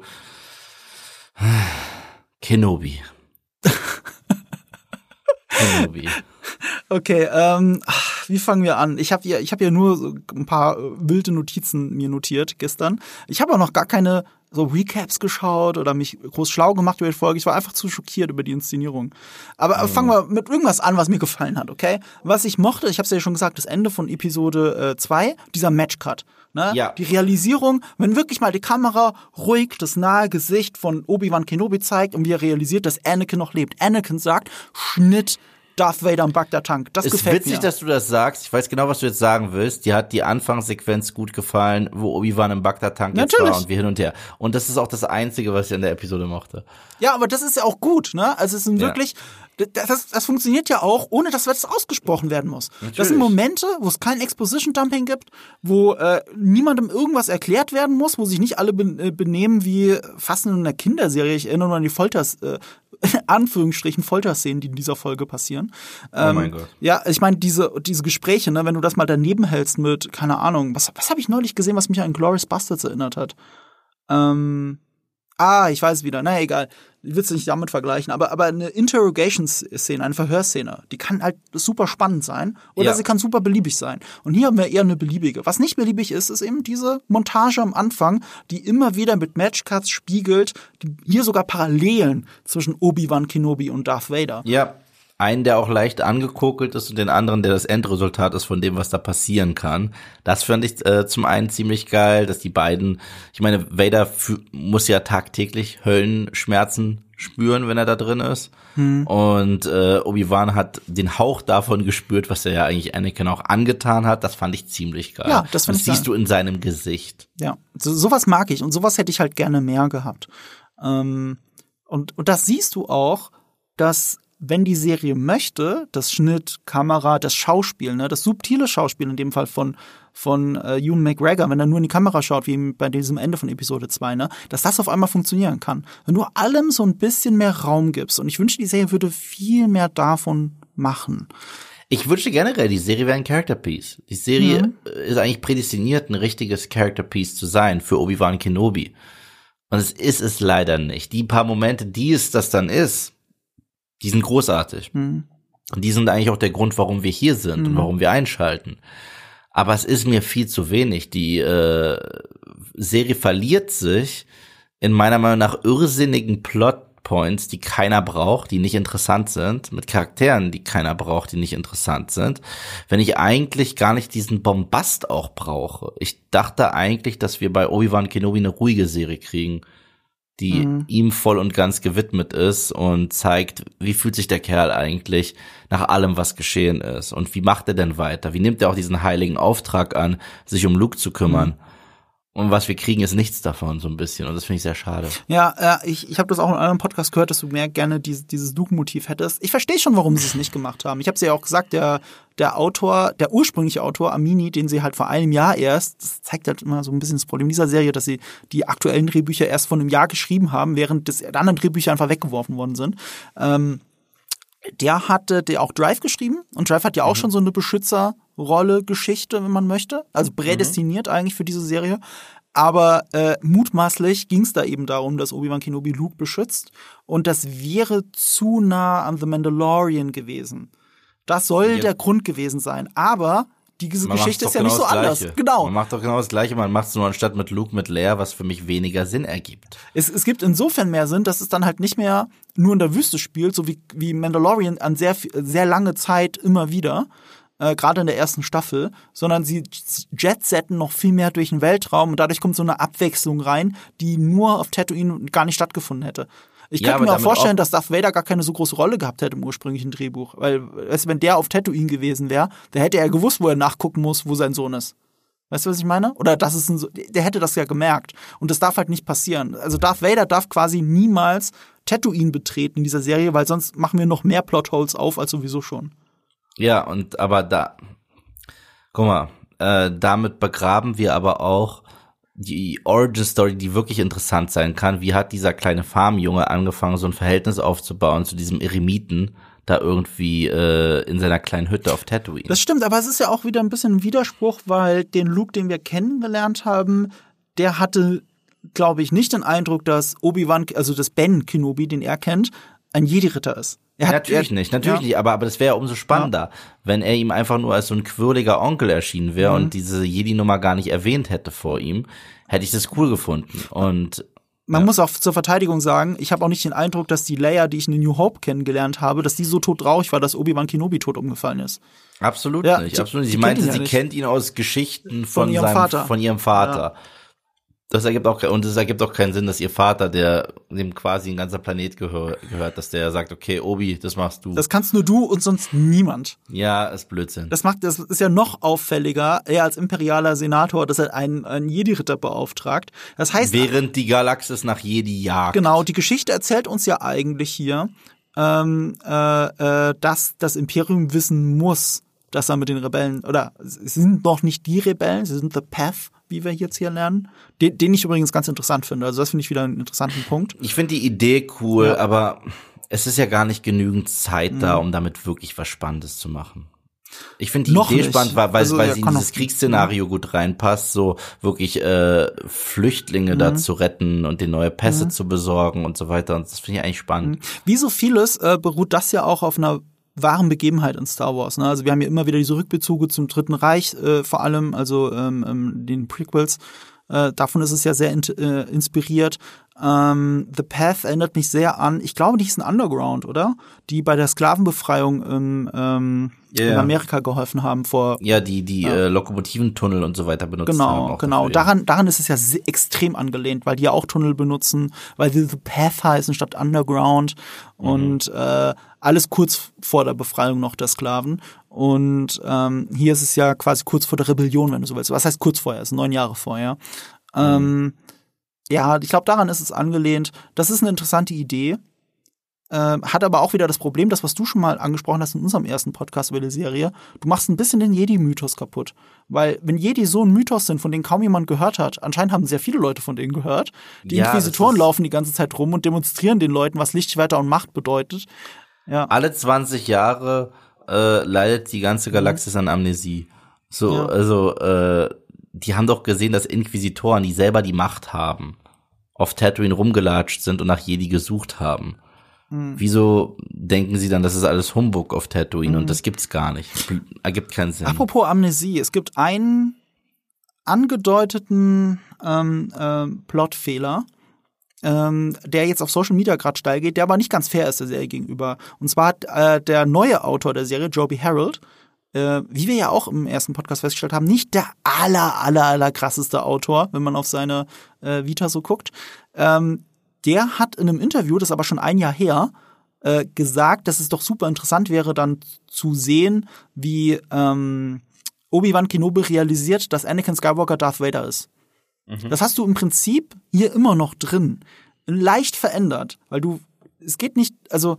Kenobi. Kenobi. Okay, ähm, wie fangen wir an? Ich habe ja, ich habe ja nur so ein paar wilde Notizen mir notiert gestern. Ich habe auch noch gar keine so Recaps geschaut oder mich groß schlau gemacht über die Folge. Ich war einfach zu schockiert über die Inszenierung. Aber mhm. fangen wir mit irgendwas an, was mir gefallen hat, okay? Was ich mochte, ich habe es ja schon gesagt, das Ende von Episode zwei, äh, dieser Matchcut. Ne? Ja. Die Realisierung, wenn wirklich mal die Kamera ruhig das nahe Gesicht von Obi-Wan Kenobi zeigt und wie er realisiert, dass Anakin noch lebt. Anakin sagt, Schnitt, Darth Vader am Bagdad-Tank. Das ist gefällt witzig, mir. Dass du das sagst. Ich weiß genau, was du jetzt sagen willst. Die hat die Anfangssequenz gut gefallen, wo Obi-Wan im Bagdad-Tank jetzt war und wir hin und her. Und das ist auch das Einzige, was ich an der Episode mochte. Ja, aber das ist ja auch gut, ne? Also es sind ja. wirklich, das, das funktioniert ja auch, ohne dass das ausgesprochen werden muss. Natürlich. Das sind Momente, wo es kein Exposition-Dumping gibt, wo äh, niemandem irgendwas erklärt werden muss, wo sich nicht alle be- benehmen wie fast in einer Kinderserie. Ich erinnere nur an die Folters, äh, in Anführungsstrichen Folterszenen, die in dieser Folge passieren. Ähm, oh mein Gott. Ja, ich meine, diese, diese Gespräche, ne, wenn du das mal daneben hältst mit, keine Ahnung, was, was habe ich neulich gesehen, was mich an Glorious Bastards erinnert hat? Ähm, ah, ich weiß es wieder, naja, egal. Ich will es nicht damit vergleichen, aber, aber eine Interrogation-Szene, eine Verhörszene, die kann halt super spannend sein oder ja. sie kann super beliebig sein. Und hier haben wir eher eine beliebige. Was nicht beliebig ist, ist eben diese Montage am Anfang, die immer wieder mit Matchcuts spiegelt, die hier sogar Parallelen zwischen Obi-Wan Kenobi und Darth Vader. Ja, einen, der auch leicht angekokelt ist und den anderen, der das Endresultat ist von dem, was da passieren kann. Das fand ich äh, zum einen ziemlich geil, dass die beiden, ich meine, Vader f- muss ja tagtäglich Höllenschmerzen spüren, wenn er da drin ist. Hm. Und äh, Obi-Wan hat den Hauch davon gespürt, was er ja eigentlich Anakin auch angetan hat. Das fand ich ziemlich geil. Ja, das, das ich siehst sein. du in seinem Gesicht. Ja, so, sowas mag ich und sowas hätte ich halt gerne mehr gehabt. Ähm, und, und das siehst du auch, dass wenn die Serie möchte, das Schnitt, Kamera, das Schauspiel, ne, das subtile Schauspiel in dem Fall von von äh, Ewan McGregor, wenn er nur in die Kamera schaut, wie bei diesem Ende von Episode zwei, ne, dass das auf einmal funktionieren kann. Wenn du allem so ein bisschen mehr Raum gibst. Und ich wünsche, die Serie würde viel mehr davon machen. Ich wünschte generell, die Serie wäre ein Character Piece. Die Serie mhm. ist eigentlich prädestiniert, ein richtiges Character Piece zu sein für Obi-Wan Kenobi. Und es ist es leider nicht. Die paar Momente, die es das dann ist, die sind großartig. Mhm. Und die sind eigentlich auch der Grund, warum wir hier sind mhm. und warum wir einschalten. Aber es ist mir viel zu wenig. Die äh, Serie verliert sich in meiner Meinung nach irrsinnigen Plotpoints, die keiner braucht, die nicht interessant sind, mit Charakteren, die keiner braucht, die nicht interessant sind, wenn ich eigentlich gar nicht diesen Bombast auch brauche. Ich dachte eigentlich, dass wir bei Obi-Wan Kenobi eine ruhige Serie kriegen, die mhm. ihm voll und ganz gewidmet ist und zeigt, wie fühlt sich der Kerl eigentlich nach allem, was geschehen ist. Und wie macht er denn weiter? Wie nimmt er auch diesen heiligen Auftrag an, sich um Luke zu kümmern? Mhm. Und was wir kriegen, ist nichts davon, so ein bisschen. Und das finde ich sehr schade. Ja, ja ich, ich habe das auch in einem anderen Podcast gehört, dass du mehr gerne dieses, dieses Luke-Motiv hättest. Ich verstehe schon, warum sie es nicht gemacht haben. Ich habe es ja auch gesagt, der, der Autor, der ursprüngliche Autor, Amini, den sie halt vor einem Jahr erst, das zeigt halt immer so ein bisschen das Problem dieser Serie, dass sie die aktuellen Drehbücher erst vor einem Jahr geschrieben haben, während das, die anderen Drehbücher einfach weggeworfen worden sind. Ähm, der hatte der auch Drive geschrieben. Und Drive hat ja auch mhm. schon so eine Beschützerrolle, Geschichte, wenn man möchte. Also prädestiniert mhm. eigentlich für diese Serie. Aber äh, mutmaßlich ging es da eben darum, dass Obi-Wan Kenobi Luke beschützt. Und das wäre zu nah an The Mandalorian gewesen. Das soll ja. der Grund gewesen sein. Aber diese man Geschichte ist ja genau nicht so anders. Genau. Man macht doch genau das Gleiche, man macht es nur anstatt mit Luke mit Leia, was für mich weniger Sinn ergibt. Es, es gibt insofern mehr Sinn, dass es dann halt nicht mehr nur in der Wüste spielt, so wie, wie Mandalorian an sehr, sehr lange Zeit immer wieder, äh, gerade in der ersten Staffel, sondern sie jetsetten noch viel mehr durch den Weltraum und dadurch kommt so eine Abwechslung rein, die nur auf Tatooine gar nicht stattgefunden hätte. Ich ja, könnte mir auch vorstellen, auch dass Darth Vader gar keine so große Rolle gehabt hätte im ursprünglichen Drehbuch. Weil, weißt du, wenn der auf Tatooine gewesen wäre, dann hätte er gewusst, wo er nachgucken muss, wo sein Sohn ist. Weißt du, was ich meine? Oder das ist ein so- der hätte das ja gemerkt. Und das darf halt nicht passieren. Also Darth Vader darf quasi niemals Tatooine betreten in dieser Serie, weil sonst machen wir noch mehr Plotholes auf als sowieso schon. Ja, und aber da, guck mal, äh, damit begraben wir aber auch die Origin-Story, die wirklich interessant sein kann. Wie hat dieser kleine Farmjunge angefangen, so ein Verhältnis aufzubauen zu diesem Eremiten, da irgendwie äh, in seiner kleinen Hütte auf Tatooine? Das stimmt, aber es ist ja auch wieder ein bisschen ein Widerspruch, weil den Luke, den wir kennengelernt haben, der hatte, glaube ich, nicht den Eindruck, dass Obi-Wan, also dass Ben Kenobi, den er kennt, ein Jedi-Ritter ist. Er hat, natürlich er, nicht, natürlich ja. nicht, aber, aber das wäre ja umso spannender, ja. wenn er ihm einfach nur als so ein quirliger Onkel erschienen wäre mhm. und diese Jedi-Nummer gar nicht erwähnt hätte vor ihm, hätte ich das cool gefunden. Und man ja. muss auch zur Verteidigung sagen, ich habe auch nicht den Eindruck, dass die Leia, die ich in New Hope kennengelernt habe, dass die so todtraurig war, dass Obi-Wan Kenobi tot umgefallen ist. Absolut ja, nicht, sie, absolut nicht. Sie, sie meinte, kennt ihn sie ja nicht. kennt ihn aus Geschichten von, von ihrem seinem, Vater. Von ihrem Vater. Ja. Das ergibt auch, und es ergibt auch keinen Sinn, dass ihr Vater, der dem quasi ein ganzer Planet gehör, gehört, dass der sagt, okay, Obi, das machst du. Das kannst nur du und sonst niemand. Ja, ist Blödsinn. Das macht, das ist ja noch auffälliger, er als imperialer Senator, dass er einen, einen Jedi-Ritter beauftragt. Das heißt, während die Galaxis nach Jedi jagt. Genau, die Geschichte erzählt uns ja eigentlich hier, ähm, äh, äh, dass das Imperium wissen muss, dass er mit den Rebellen, oder sie sind noch nicht die Rebellen, sie sind The Path, wie wir jetzt hier lernen, den, den ich übrigens ganz interessant finde. Also das finde ich wieder einen interessanten Punkt. Ich finde die Idee cool, ja. aber es ist ja gar nicht genügend Zeit mhm. da, um damit wirklich was Spannendes zu machen. Ich finde die noch Idee nicht. spannend, weil, weil, also, weil ja, sie in dieses Kriegsszenario gut reinpasst, so wirklich äh, Flüchtlinge mhm. da zu retten und den neue Pässe mhm. zu besorgen und so weiter. Und das finde ich eigentlich spannend. Mhm. Wie so vieles äh, beruht das ja auch auf einer wahren Begebenheit in Star Wars. Ne? Also wir haben ja immer wieder diese Rückbezüge zum Dritten Reich, äh, vor allem, also ähm, ähm, den Prequels. Äh, davon ist es ja sehr in, äh, inspiriert. Ähm, The Path erinnert mich sehr an, ich glaube, die hießen Underground, oder? Die bei der Sklavenbefreiung in, ähm, yeah. in Amerika geholfen haben vor. Ja, die die ja. äh, Lokomotiventunnel und so weiter benutzt genau, haben. Genau, genau. Daran, daran ist es ja sehr, extrem angelehnt, weil die ja auch Tunnel benutzen, weil die The Path heißen statt Underground mhm. und äh, alles kurz vor der Befreiung noch der Sklaven. Und ähm, hier ist es ja quasi kurz vor der Rebellion, wenn du so willst. Was heißt kurz vorher? Es ist neun Jahre vorher. Mhm. Ähm, ja, ich glaube, daran ist es angelehnt. Das ist eine interessante Idee. äh, hat aber auch wieder das Problem, das, was du schon mal angesprochen hast in unserem ersten Podcast über die Serie, du machst ein bisschen den Jedi-Mythos kaputt. Weil wenn Jedi so ein Mythos sind, von denen kaum jemand gehört hat, anscheinend haben sehr viele Leute von denen gehört, die ja, Inquisitoren laufen die ganze Zeit rum und demonstrieren den Leuten, was Lichtschwerter und Macht bedeutet. Ja. Alle zwanzig Jahre äh, leidet die ganze Galaxis mhm. an Amnesie. So, ja. also äh, die haben doch gesehen, dass Inquisitoren, die selber die Macht haben, auf Tatooine rumgelatscht sind und nach Jedi gesucht haben. Mhm. Wieso denken sie dann, das ist alles Humbug auf Tatooine mhm. und das gibt's gar nicht? Ergibt keinen Sinn. Apropos Amnesie, es gibt einen angedeuteten ähm, äh, Plotfehler, ähm, der jetzt auf Social Media gerade steil geht, der aber nicht ganz fair ist der Serie gegenüber. Und zwar hat äh, der neue Autor der Serie, Joby Harold, äh, wie wir ja auch im ersten Podcast festgestellt haben, nicht der aller, aller, aller krasseste Autor, wenn man auf seine äh, Vita so guckt. Ähm, der hat in einem Interview, das ist aber schon ein Jahr her, äh, gesagt, dass es doch super interessant wäre, dann zu sehen, wie ähm, Obi-Wan Kenobi realisiert, dass Anakin Skywalker Darth Vader ist. Mhm. Das hast du im Prinzip hier immer noch drin. Leicht verändert, weil du, es geht nicht, also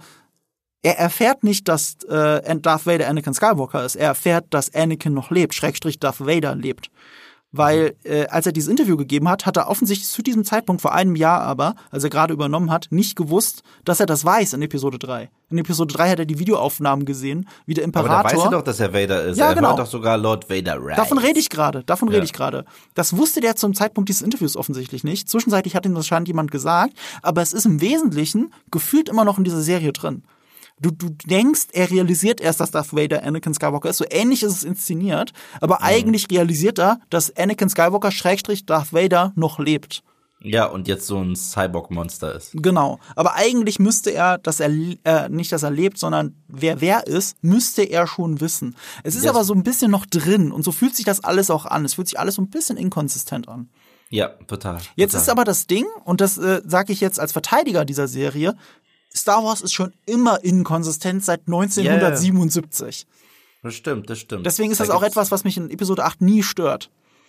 er erfährt nicht, dass äh, Darth Vader Anakin Skywalker ist. Er erfährt, dass Anakin noch lebt, Schrägstrich Darth Vader lebt. Weil äh, als er dieses Interview gegeben hat, hat er offensichtlich zu diesem Zeitpunkt, vor einem Jahr aber, als er gerade übernommen hat, nicht gewusst, dass er das weiß in Episode drei. In Episode drei hat er die Videoaufnahmen gesehen, wie der Imperator. Aber da weiß er doch, dass er Vader ist. Ja, er genau. hört doch sogar Lord Vader Rise. Davon rede ich gerade, davon ja. rede ich gerade. Das wusste der zum Zeitpunkt dieses Interviews offensichtlich nicht. Zwischenzeitlich hat ihm das wahrscheinlich jemand gesagt, aber es ist im Wesentlichen gefühlt immer noch in dieser Serie drin. Du, du denkst, er realisiert erst, dass Darth Vader Anakin Skywalker ist. So ähnlich ist es inszeniert. Aber mhm. eigentlich realisiert er, dass Anakin Skywalker Schrägstrich Darth Vader noch lebt. Ja, und jetzt so ein Cyborg-Monster ist. Genau. Aber eigentlich müsste er, dass er, äh, nicht, dass er lebt, sondern wer wer ist, müsste er schon wissen. Es ist yes. aber so ein bisschen noch drin. Und so fühlt sich das alles auch an. Es fühlt sich alles so ein bisschen inkonsistent an. Ja, total. Jetzt total. ist aber das Ding, und das äh, sage ich jetzt als Verteidiger dieser Serie, Star Wars ist schon immer inkonsistent seit neunzehnhundertsiebenundsiebzig. Yeah. Das stimmt, das stimmt. Deswegen ist da das auch etwas, was mich in Episode acht nie stört.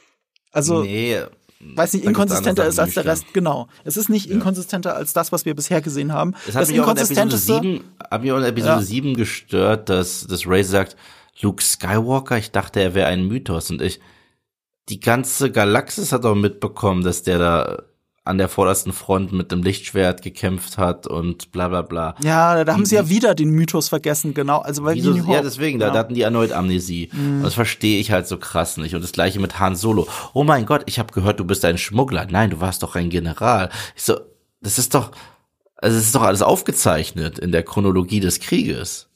Also, nee, weil es nicht inkonsistenter ist als der Rest. Genau. Es ist nicht ja. inkonsistenter als das, was wir bisher gesehen haben. Es hat das mich auch in Episode sieben, hat mich auch in Episode ja. sieben gestört, dass, dass Rey sagt, Luke Skywalker, ich dachte, er wäre ein Mythos. Und ich, die ganze Galaxis hat auch mitbekommen, dass der da an der vordersten Front mit dem Lichtschwert gekämpft hat und bla bla bla. Ja, da haben die, sie ja wieder den Mythos vergessen, genau. Also bei wieso, ja, deswegen, ja. Da, da hatten die erneut Amnesie. Mhm. Das verstehe ich halt so krass nicht. Und das gleiche mit Han Solo. Oh mein Gott, ich habe gehört, du bist ein Schmuggler. Nein, du warst doch ein General. Ich so, das ist doch, also es ist doch alles aufgezeichnet in der Chronologie des Krieges.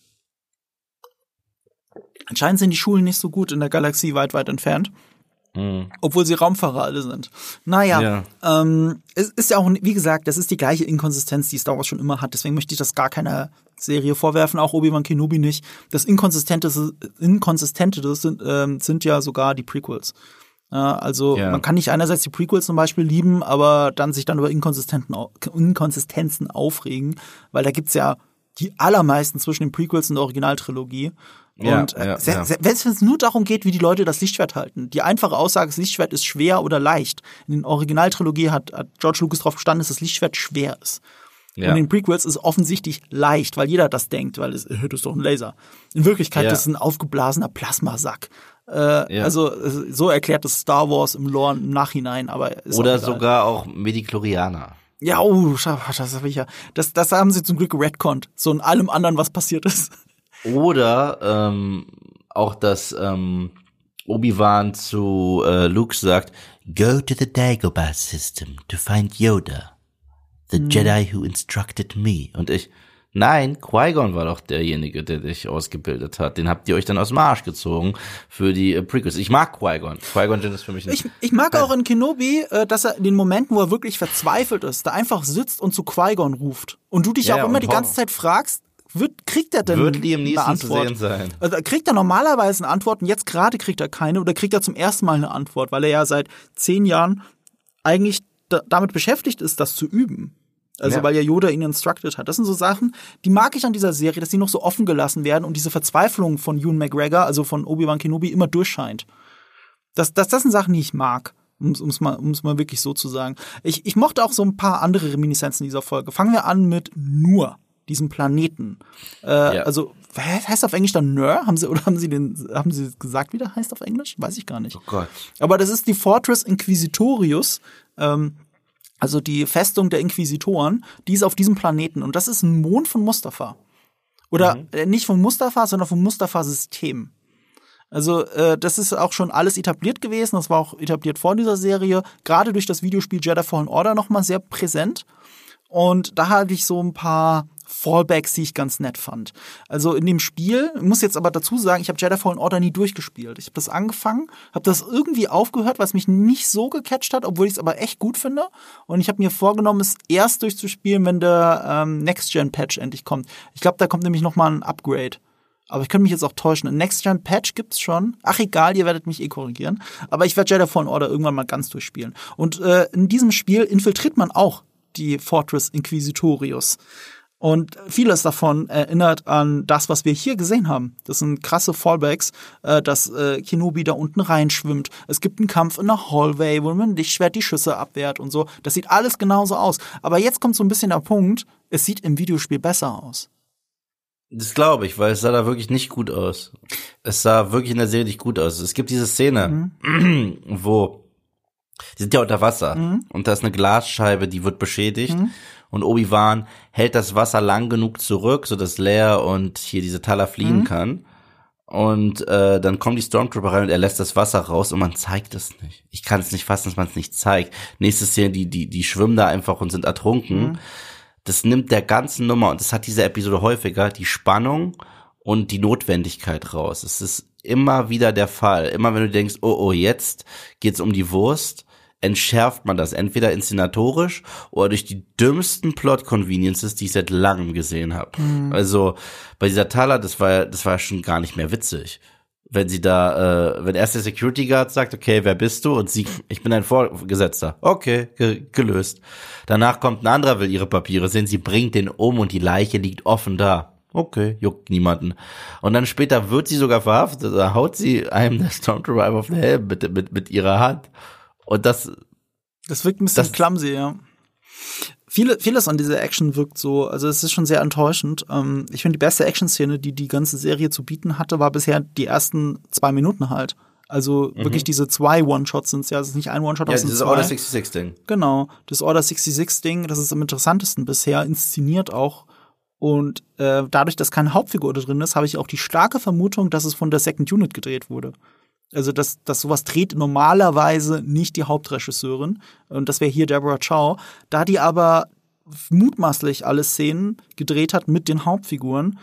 Anscheinend sind die Schulen nicht so gut in der Galaxie weit, weit entfernt. Mhm. Obwohl sie Raumfahrer alle sind. Naja, ja. ähm, es ist ja auch, wie gesagt, das ist die gleiche Inkonsistenz, die Star Wars schon immer hat. Deswegen möchte ich das gar keiner Serie vorwerfen, auch Obi-Wan Kenobi nicht. Das Inkonsistente, Inkonsistente sind, ähm, sind ja sogar die Prequels. Ja, also ja. man kann nicht einerseits die Prequels zum Beispiel lieben, aber dann sich dann über Inkonsistenten, Inkonsistenzen aufregen, weil da gibt's ja die allermeisten zwischen den Prequels und der Originaltrilogie. Und ja, ja, äh, ja. wenn es nur darum geht, wie die Leute das Lichtschwert halten. Die einfache Aussage, das Lichtschwert ist schwer oder leicht. In der Originaltrilogie hat, hat George Lucas darauf bestanden, dass das Lichtschwert schwer ist. Ja. Und in den Prequels ist es offensichtlich leicht, weil jeder das denkt, weil es das ist doch ein Laser. In Wirklichkeit ja. ist es ein aufgeblasener Plasmasack. Äh, ja. Also so erklärt es Star Wars im Lore im Nachhinein. Aber ist oder auch sogar auch Midichlorianer. Ja, oh, das, das, das haben sie zum Glück geredconnt. So in allem anderen, was passiert ist. Oder ähm, auch, dass ähm, Obi-Wan zu äh, Luke sagt, go to the Dagobah system to find Yoda, the hm. Jedi who instructed me. Und ich, nein, Qui-Gon war doch derjenige, der dich ausgebildet hat. Den habt ihr euch dann aus dem Arsch gezogen für die äh, Prequels. Ich mag Qui-Gon. Qui-Gon ist für mich ein... Ich, ich mag auch in Kenobi, äh, dass er in den Momenten, wo er wirklich verzweifelt ist, da einfach sitzt und zu Qui-Gon ruft. Und du dich ja, auch immer die ganze Zeit fragst, Wird, kriegt er denn Wird Liam eine Neeson Antwort? Zu sehen sein. Also kriegt er normalerweise eine Antwort und jetzt gerade kriegt er keine oder kriegt er zum ersten Mal eine Antwort, weil er ja seit zehn Jahren eigentlich da, damit beschäftigt ist, das zu üben. Also ja. weil ja Yoda ihn instructed hat. Das sind so Sachen, die mag ich an dieser Serie, dass die noch so offen gelassen werden und diese Verzweiflung von Ewan McGregor, also von Obi-Wan Kenobi, immer durchscheint. Das, das, das sind Sachen, die ich mag. Um es mal, um's mal wirklich so zu sagen. Ich, ich mochte auch so ein paar andere Reminiszenzen dieser Folge. Fangen wir an mit nur. diesem Planeten. Äh, ja. Also heißt auf Englisch dann Nur? Haben sie oder haben sie den haben sie gesagt, wie der heißt auf Englisch? Weiß ich gar nicht. Oh Gott. Aber das ist die Fortress Inquisitorius. Ähm, also die Festung der Inquisitoren, die ist auf diesem Planeten. Und das ist ein Mond von Mustafa. Oder mhm. äh, nicht von Mustafa, sondern vom Mustafa-System. Also äh, das ist auch schon alles etabliert gewesen. Das war auch etabliert vor dieser Serie. Gerade durch das Videospiel Jedi Fallen Order nochmal sehr präsent. Und da hatte ich so ein paar Fallbacks, die ich ganz nett fand. Also in dem Spiel, ich muss jetzt aber dazu sagen, ich habe Jedi Fallen Order nie durchgespielt. Ich habe das angefangen, habe das irgendwie aufgehört, was mich nicht so gecatcht hat, obwohl ich es aber echt gut finde. Und ich habe mir vorgenommen, es erst durchzuspielen, wenn der ähm, Next-Gen-Patch endlich kommt. Ich glaube, da kommt nämlich noch mal ein Upgrade. Aber ich könnte mich jetzt auch täuschen. Ein Next-Gen-Patch gibt's schon. Ach egal, ihr werdet mich eh korrigieren. Aber ich werde Jedi Fallen Order irgendwann mal ganz durchspielen. Und äh, in diesem Spiel infiltriert man auch die Fortress Inquisitorius. Und vieles davon erinnert an das, was wir hier gesehen haben. Das sind krasse Fallbacks, äh, dass äh, Kenobi da unten reinschwimmt. Es gibt einen Kampf in der Hallway, wo man Lichtschwert die Schüsse abwehrt und so. Das sieht alles genauso aus. Aber jetzt kommt so ein bisschen der Punkt, es sieht im Videospiel besser aus. Das glaube ich, weil es sah da wirklich nicht gut aus. Es sah wirklich in der Serie nicht gut aus. Es gibt diese Szene, mhm. wo die sind ja unter Wasser mhm. und da ist eine Glasscheibe, die wird beschädigt. Mhm. Und Obi-Wan hält das Wasser lang genug zurück, sodass Leia und hier diese Tala fliehen mhm. kann. Und äh, dann kommen die Stormtrooper rein und er lässt das Wasser raus und man zeigt es nicht. Ich kann es nicht fassen, dass man es nicht zeigt. Nächste Szene, die die die schwimmen da einfach und sind ertrunken. Mhm. Das nimmt der ganzen Nummer, und das hat diese Episode häufiger, die Spannung und die Notwendigkeit raus. Es ist immer wieder der Fall. Immer wenn du denkst, oh oh, jetzt geht's um die Wurst, entschärft man das entweder inszenatorisch oder durch die dümmsten Plot-Conveniences, die ich seit langem gesehen habe. Mhm. Also bei dieser Tala, das war das war schon gar nicht mehr witzig. Wenn sie da, äh, wenn erst der Security Guard sagt, okay, wer bist du? Und sie, ich bin ein Vorgesetzter. Okay, ge- gelöst. Danach kommt ein anderer, will ihre Papiere sehen, sie bringt den um und die Leiche liegt offen da. Okay, juckt niemanden. Und dann später wird sie sogar verhaftet, da haut sie einem der Stormtrooper einfach auf den Helm mit, mit, mit ihrer Hand. Und das, das wirkt ein bisschen das, clumsy, ja. Viele, vieles an dieser Action wirkt so, also es ist schon sehr enttäuschend. Ähm, ich finde, die beste Action-Szene, die die ganze Serie zu bieten hatte, war bisher die ersten zwei Minuten halt. Also mhm. wirklich diese zwei One-Shots sind es ja, es ist nicht ein One-Shot, ja, das sind dieses zwei. Order sechsundsechzig-Ding. Genau, das Order sechsundsechzig-Ding, das ist am interessantesten bisher, inszeniert auch. Und äh, dadurch, dass keine Hauptfigur da drin ist, habe ich auch die starke Vermutung, dass es von der Second Unit gedreht wurde. Also, dass, dass sowas dreht normalerweise nicht die Hauptregisseurin. Und das wäre hier Deborah Chow. Da die aber mutmaßlich alle Szenen gedreht hat mit den Hauptfiguren,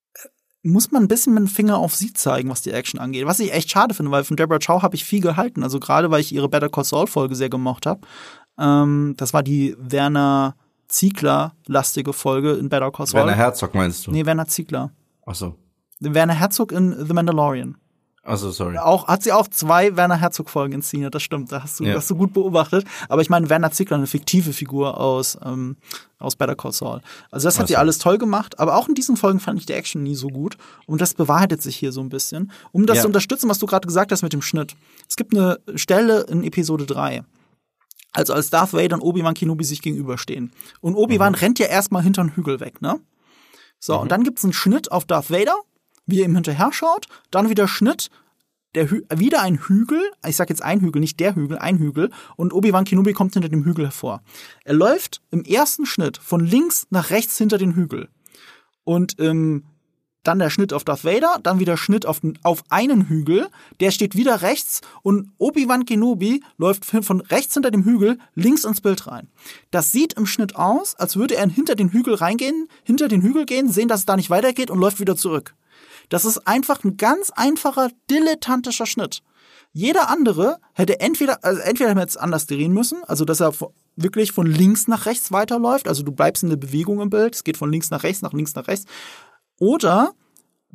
muss man ein bisschen mit dem Finger auf sie zeigen, was die Action angeht. Was ich echt schade finde, weil von Deborah Chow habe ich viel gehalten. Also gerade, weil ich ihre Better Call Saul-Folge sehr gemocht habe. Ähm, das war die Werner Ziegler-lastige Folge in Better Call Saul. Werner Herzog meinst du? Nee, Werner Ziegler. Ach so. Werner Herzog in The Mandalorian. Also sorry. Auch hat sie auch zwei Werner Herzog Folgen inszeniert, das stimmt, da hast du, ja. hast du gut beobachtet. Aber ich meine, Werner Ziegler, eine fiktive Figur aus ähm, aus Better Call Saul. Also das hat also. sie alles toll gemacht. Aber auch in diesen Folgen fand ich die Action nie so gut. Und das bewahrheitet sich hier so ein bisschen. Um das ja. zu unterstützen, was du gerade gesagt hast mit dem Schnitt. Es gibt eine Stelle in Episode drei. Also als Darth Vader und Obi-Wan Kenobi sich gegenüberstehen. Und Obi-Wan mhm. rennt ja erstmal hinter den Hügel weg, ne? So, mhm. und dann gibt's einen Schnitt auf Darth Vader, wie er ihm hinterher schaut, dann wieder Schnitt, der Hü- wieder ein Hügel, ich sag jetzt ein Hügel, nicht der Hügel, ein Hügel, und Obi-Wan Kenobi kommt hinter dem Hügel hervor. Er läuft im ersten Schnitt von links nach rechts hinter den Hügel. Und ähm, dann der Schnitt auf Darth Vader, dann wieder Schnitt auf, auf einen Hügel, der steht wieder rechts und Obi-Wan Kenobi läuft von rechts hinter dem Hügel links ins Bild rein. Das sieht im Schnitt aus, als würde er hinter den Hügel reingehen, hinter den Hügel gehen, sehen, dass es da nicht weitergeht und läuft wieder zurück. Das ist einfach ein ganz einfacher, dilettantischer Schnitt. Jeder andere hätte entweder, also entweder hätte man jetzt anders drehen müssen, also dass er wirklich von links nach rechts weiterläuft, also du bleibst in der Bewegung im Bild, es geht von links nach rechts, nach links nach rechts, oder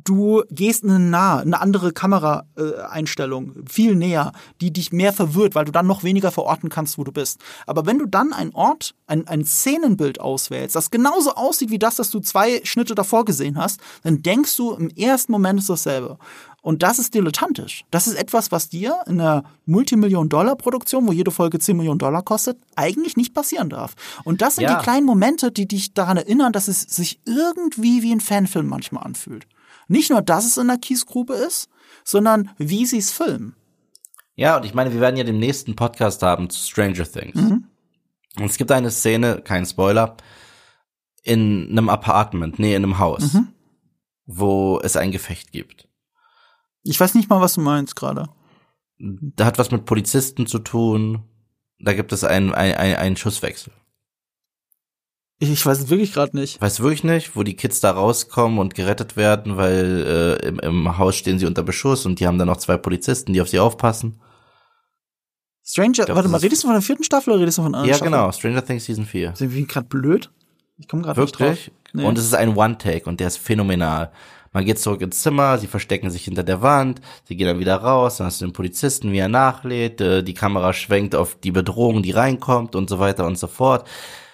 du gehst in eine nahe, eine andere Kameraeinstellung, äh, viel näher, die dich mehr verwirrt, weil du dann noch weniger verorten kannst, wo du bist. Aber wenn du dann einen Ort, ein, ein Szenenbild auswählst, das genauso aussieht wie das, das du zwei Schnitte davor gesehen hast, dann denkst du im ersten Moment ist dasselbe. Und das ist dilettantisch. Das ist etwas, was dir in einer Multimillion-Dollar-Produktion, wo jede Folge zehn Millionen Dollar kostet, eigentlich nicht passieren darf. Und das sind ja. die kleinen Momente, die dich daran erinnern, dass es sich irgendwie wie ein Fanfilm manchmal anfühlt. Nicht nur, dass es in einer Kiesgrube ist, sondern wie sie es filmen. Ja, und ich meine, wir werden ja den nächsten Podcast haben zu Stranger Things. Mhm. Und es gibt eine Szene, kein Spoiler, in einem Apartment, nee, in einem Haus, Mhm. wo es ein Gefecht gibt. Ich weiß nicht mal, was du meinst gerade. Da hat was mit Polizisten zu tun. Da gibt es einen, einen, einen Schusswechsel. Ich, ich weiß es wirklich gerade nicht. Weißt du wirklich nicht, wo die Kids da rauskommen und gerettet werden, weil äh, im, im Haus stehen sie unter Beschuss und die haben dann noch zwei Polizisten, die auf sie aufpassen. Stranger, glaub, warte mal, ist- redest du von der vierten Staffel oder redest du von einer Ja, Staffel? genau, Stranger Things Season vier. Sind wir gerade blöd? Ich komme gerade nicht drauf. Wirklich? Nee. Und es ist ein One-Take und der ist phänomenal. Man geht zurück ins Zimmer, sie verstecken sich hinter der Wand, sie gehen dann wieder raus, dann hast du den Polizisten, wie er nachlädt, äh, die Kamera schwenkt auf die Bedrohung, die reinkommt und so weiter und so fort.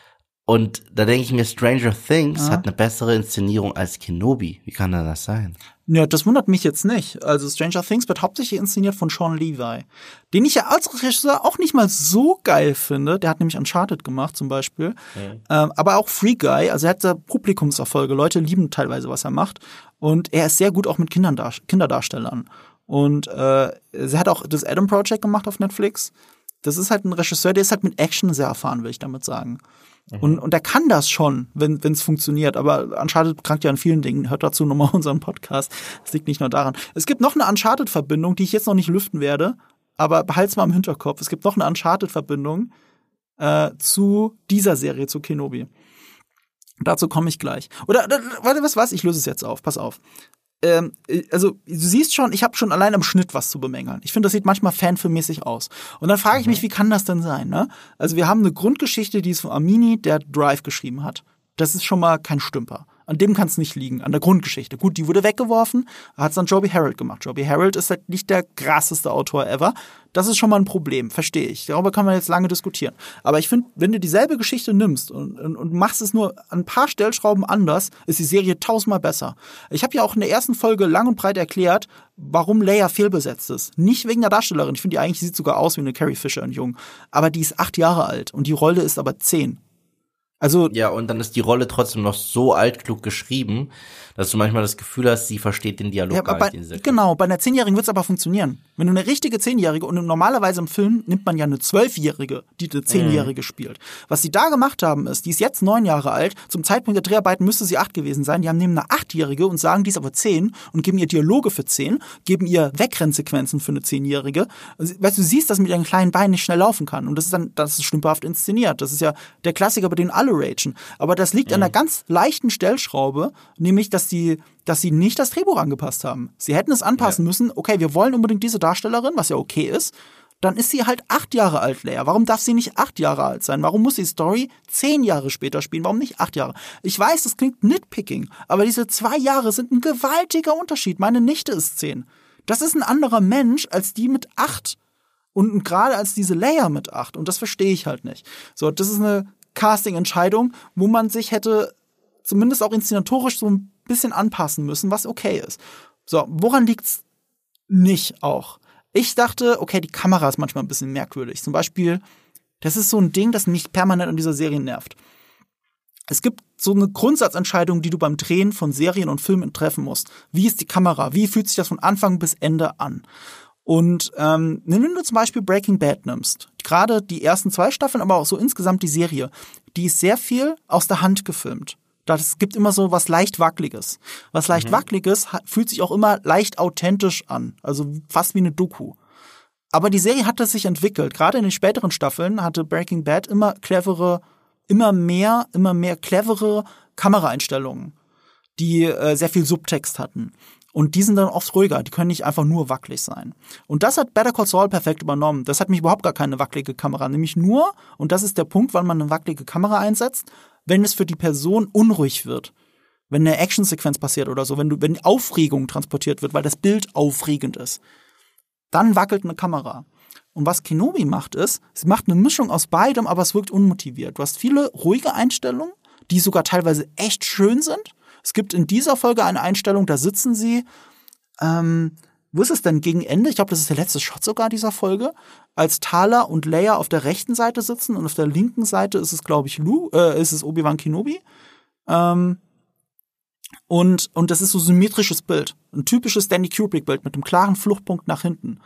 Und da denke ich mir, Stranger Things Ja. hat eine bessere Inszenierung als Kenobi. Wie kann denn das sein? Ja, das wundert mich jetzt nicht. Also Stranger Things wird hauptsächlich inszeniert von Sean Levi, den ich ja als Regisseur auch nicht mal so geil finde. Der hat nämlich Uncharted gemacht zum Beispiel. Mhm. Ähm, aber auch Free Guy, also er hat da Publikumserfolge. Leute lieben teilweise, was er macht. Und er ist sehr gut auch mit Kindern dar- Kinderdarstellern. Und äh, er hat auch das Adam Project gemacht auf Netflix. Das ist halt ein Regisseur, der ist halt mit Action sehr erfahren, will ich damit sagen. Und, und er kann das schon, wenn es funktioniert. Aber Uncharted krankt ja an vielen Dingen. Hört dazu nochmal unseren Podcast. Das liegt nicht nur daran. Es gibt noch eine Uncharted-Verbindung, die ich jetzt noch nicht lüften werde. Aber behalt's mal im Hinterkopf. Es gibt noch eine Uncharted-Verbindung äh, zu dieser Serie, zu Kenobi. Dazu komme ich gleich. Oder, oder warte, was, was? Ich löse es jetzt auf. Pass auf. Ähm, also, du siehst schon, ich habe schon allein am Schnitt was zu bemängeln. Ich finde, das sieht manchmal fanfilmmäßig aus. Und dann frage ich mich, wie kann das denn sein, ne? Also, wir haben eine Grundgeschichte, die ist von Amini, der Drive geschrieben hat. Das ist schon mal kein Stümper. An dem kann es nicht liegen, an der Grundgeschichte. Gut, die wurde weggeworfen, hat es dann Joby Harold gemacht. Joby Harold ist halt nicht der krasseste Autor ever. Das ist schon mal ein Problem, verstehe ich. Darüber kann man jetzt lange diskutieren. Aber ich finde, wenn du dieselbe Geschichte nimmst und, und, und machst es nur an ein paar Stellschrauben anders, ist die Serie tausendmal besser. Ich habe ja auch in der ersten Folge lang und breit erklärt, warum Leia fehlbesetzt ist. Nicht wegen der Darstellerin. Ich finde, die eigentlich sieht sogar aus wie eine Carrie Fisher, ein Jung. Aber die ist acht Jahre alt und die Rolle ist aber zehn. Also Ja, und dann ist die Rolle trotzdem noch so altklug geschrieben, dass du manchmal das Gefühl hast, sie versteht den Dialog Ja, gar aber nicht. bei, den sie- genau, bei einer Zehnjährigen wird's aber funktionieren. Wenn du eine richtige Zehnjährige und normalerweise im Film nimmt man ja eine Zwölfjährige, die eine Zehnjährige spielt. Was sie da gemacht haben ist, die ist jetzt neun Jahre alt, zum Zeitpunkt der Dreharbeiten müsste sie acht gewesen sein, die haben nehmen eine Achtjährige und sagen, die ist aber zehn und geben ihr Dialoge für zehn, geben ihr Wegrennsequenzen für eine Zehnjährige. Also, weißt du, du siehst, dass sie mit ihren kleinen Beinen nicht schnell laufen kann und das ist dann, das ist stümperhaft inszeniert. Das ist ja der Klassiker, bei dem alle ragen. Aber das liegt an einer ganz leichten Stellschraube, nämlich, dass die dass sie nicht das Drehbuch angepasst haben. Sie hätten es anpassen Ja. müssen, okay, wir wollen unbedingt diese Darstellerin, was ja okay ist, dann ist sie halt acht Jahre alt, Leia. Warum darf sie nicht acht Jahre alt sein? Warum muss die Story zehn Jahre später spielen? Warum nicht acht Jahre? Ich weiß, das klingt nitpicking, aber diese zwei Jahre sind ein gewaltiger Unterschied. Meine Nichte ist zehn. Das ist ein anderer Mensch als die mit acht. Und gerade als diese Leia mit acht. Und das verstehe ich halt nicht. So, das ist eine Casting-Entscheidung, wo man sich hätte zumindest auch inszenatorisch so ein bisschen anpassen müssen, was okay ist. So, woran liegt's nicht auch? Ich dachte, okay, die Kamera ist manchmal ein bisschen merkwürdig. Zum Beispiel, das ist so ein Ding, das mich permanent an dieser Serie nervt. Es gibt so eine Grundsatzentscheidung, die du beim Drehen von Serien und Filmen treffen musst. Wie ist die Kamera? Wie fühlt sich das von Anfang bis Ende an? Und ähm, wenn du zum Beispiel Breaking Bad nimmst, gerade die ersten zwei Staffeln, aber auch so insgesamt die Serie, die ist sehr viel aus der Hand gefilmt. Es gibt immer so was leicht Wackeliges. Was leicht mhm. Wackeliges hat, fühlt sich auch immer leicht authentisch an. Also fast wie eine Doku. Aber die Serie hatte sich entwickelt. Gerade in den späteren Staffeln hatte Breaking Bad immer clevere, immer mehr, immer mehr clevere Kameraeinstellungen, die äh, sehr viel Subtext hatten. Und die sind dann oft ruhiger, die können nicht einfach nur wackelig sein. Und das hat Better Call Saul perfekt übernommen. Das hat mich überhaupt gar keine wackelige Kamera. Nämlich nur, und das ist der Punkt, wann man eine wackelige Kamera einsetzt, wenn es für die Person unruhig wird. wenn eine Actionsequenz passiert oder so, wenn du, wenn Aufregung transportiert wird, weil das Bild aufregend ist, dann wackelt eine Kamera. Und was Kenobi macht ist, sie macht eine Mischung aus beidem, aber es wirkt unmotiviert. Du hast viele ruhige Einstellungen, die sogar teilweise echt schön sind. Es gibt in dieser Folge eine Einstellung, da sitzen sie, ähm, wo ist es denn gegen Ende? Ich glaube, das ist der letzte Shot sogar dieser Folge, als Tala und Leia auf der rechten Seite sitzen und auf der linken Seite ist es, glaube ich, Lu, äh, ist es Obi-Wan Kenobi. Ähm, und, und das ist so ein symmetrisches Bild. Ein typisches Stanley Kubrick-Bild mit einem klaren Fluchtpunkt nach hinten.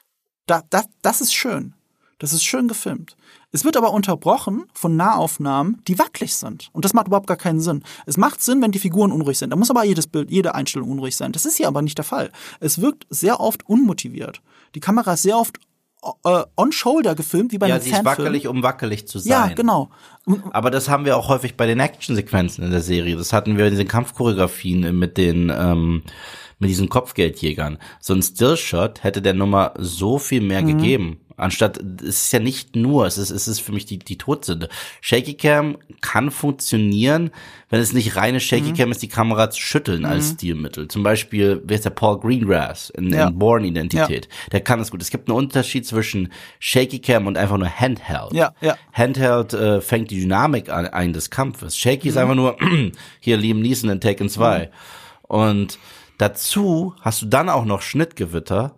Da, das, das ist schön. Das ist schön gefilmt. Es wird aber unterbrochen von Nahaufnahmen, die wackelig sind. Und das macht überhaupt gar keinen Sinn. Es macht Sinn, wenn die Figuren unruhig sind. Da muss aber jedes Bild, jede Einstellung unruhig sein. Das ist hier aber nicht der Fall. Es wirkt sehr oft unmotiviert. Die Kamera ist sehr oft äh, on-shoulder gefilmt, wie bei ja, einem sie Fanfilm. ist wackelig, um wackelig zu sein. Ja, genau. Aber das haben wir auch häufig bei den Actionsequenzen in der Serie. Das hatten wir in den Kampfchoreografien mit den ähm, mit diesen Kopfgeldjägern. So ein Stillshot hätte der Nummer so viel mehr mhm. gegeben. Anstatt, es ist ja nicht nur, es ist, es ist für mich die, die Todsünde. Shaky Cam kann funktionieren, wenn es nicht reine Shaky Cam mhm. ist, die Kamera zu schütteln mhm. als Stilmittel. Zum Beispiel, wer ist der Paul Greengrass in, ja. in Bourne-Identität? Ja. Der kann das gut. Es gibt einen Unterschied zwischen Shaky Cam und einfach nur Handheld. Ja, ja. Handheld äh, fängt die Dynamik an, ein des Kampfes. Shaky mhm. ist einfach nur, hier Liam Neeson in Taken zwei. Mhm. Und dazu hast du dann auch noch Schnittgewitter.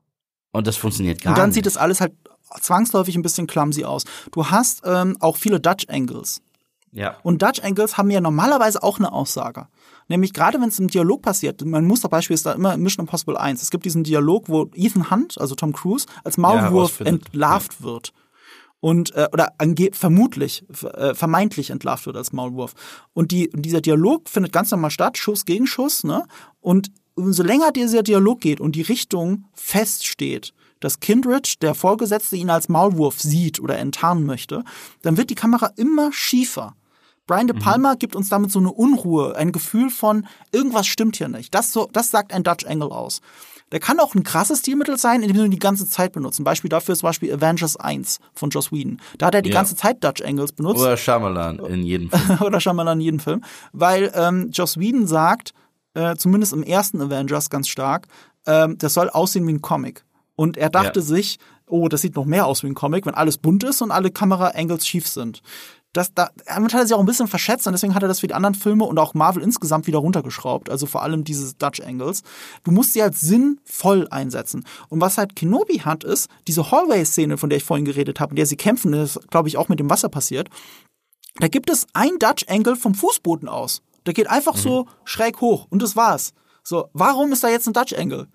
Und das funktioniert gar nicht. Und dann nicht. sieht das alles halt zwangsläufig ein bisschen clumsy aus. Du hast ähm, auch viele Dutch Angles. Ja. Und Dutch Angles haben ja normalerweise auch eine Aussage. Nämlich gerade wenn es im Dialog passiert, mein Musterbeispiel ist da immer Mission Impossible eins. Es gibt diesen Dialog, wo Ethan Hunt, also Tom Cruise, als Maulwurf ja, entlarvt ja. wird. Und, äh, oder ange- vermutlich, äh, vermeintlich entlarvt wird als Maulwurf. Und die, dieser Dialog findet ganz normal statt, Schuss gegen Schuss, ne? Und umso länger dieser Dialog geht und die Richtung feststeht, dass Kindred, der Vorgesetzte, ihn als Maulwurf sieht oder enttarnen möchte, dann wird die Kamera immer schiefer. Brian De Palma mhm. gibt uns damit so eine Unruhe, ein Gefühl von, irgendwas stimmt hier nicht. Das, so, das sagt ein Dutch Angle aus. Der kann auch ein krasses Stilmittel sein, indem wir ihn die ganze Zeit benutzen. Ein Beispiel dafür ist zum Beispiel Avengers eins von Joss Whedon. Da hat er die ja. ganze Zeit Dutch Angles benutzt. Oder Shyamalan in jedem Film. Oder Shyamalan in jedem Film. Weil ähm, Joss Whedon sagt, äh, zumindest im ersten Avengers ganz stark, ähm, das soll aussehen wie ein Comic. Und er dachte ja. sich, oh, das sieht noch mehr aus wie ein Comic, wenn alles bunt ist und alle Kamera-Angles schief sind. Das, da, damit hat er sich auch ein bisschen verschätzt und deswegen hat er das für die anderen Filme und auch Marvel insgesamt wieder runtergeschraubt. Also vor allem diese Dutch Angles. Du musst sie halt sinnvoll einsetzen. Und was halt Kenobi hat, ist diese Hallway-Szene, von der ich vorhin geredet habe, in der sie kämpfen, das glaube ich auch mit dem Wasser passiert. Da gibt es ein Dutch Angle vom Fußboden aus. Der geht einfach mhm. so schräg hoch und das war's. So, warum ist da jetzt ein Dutch Angle?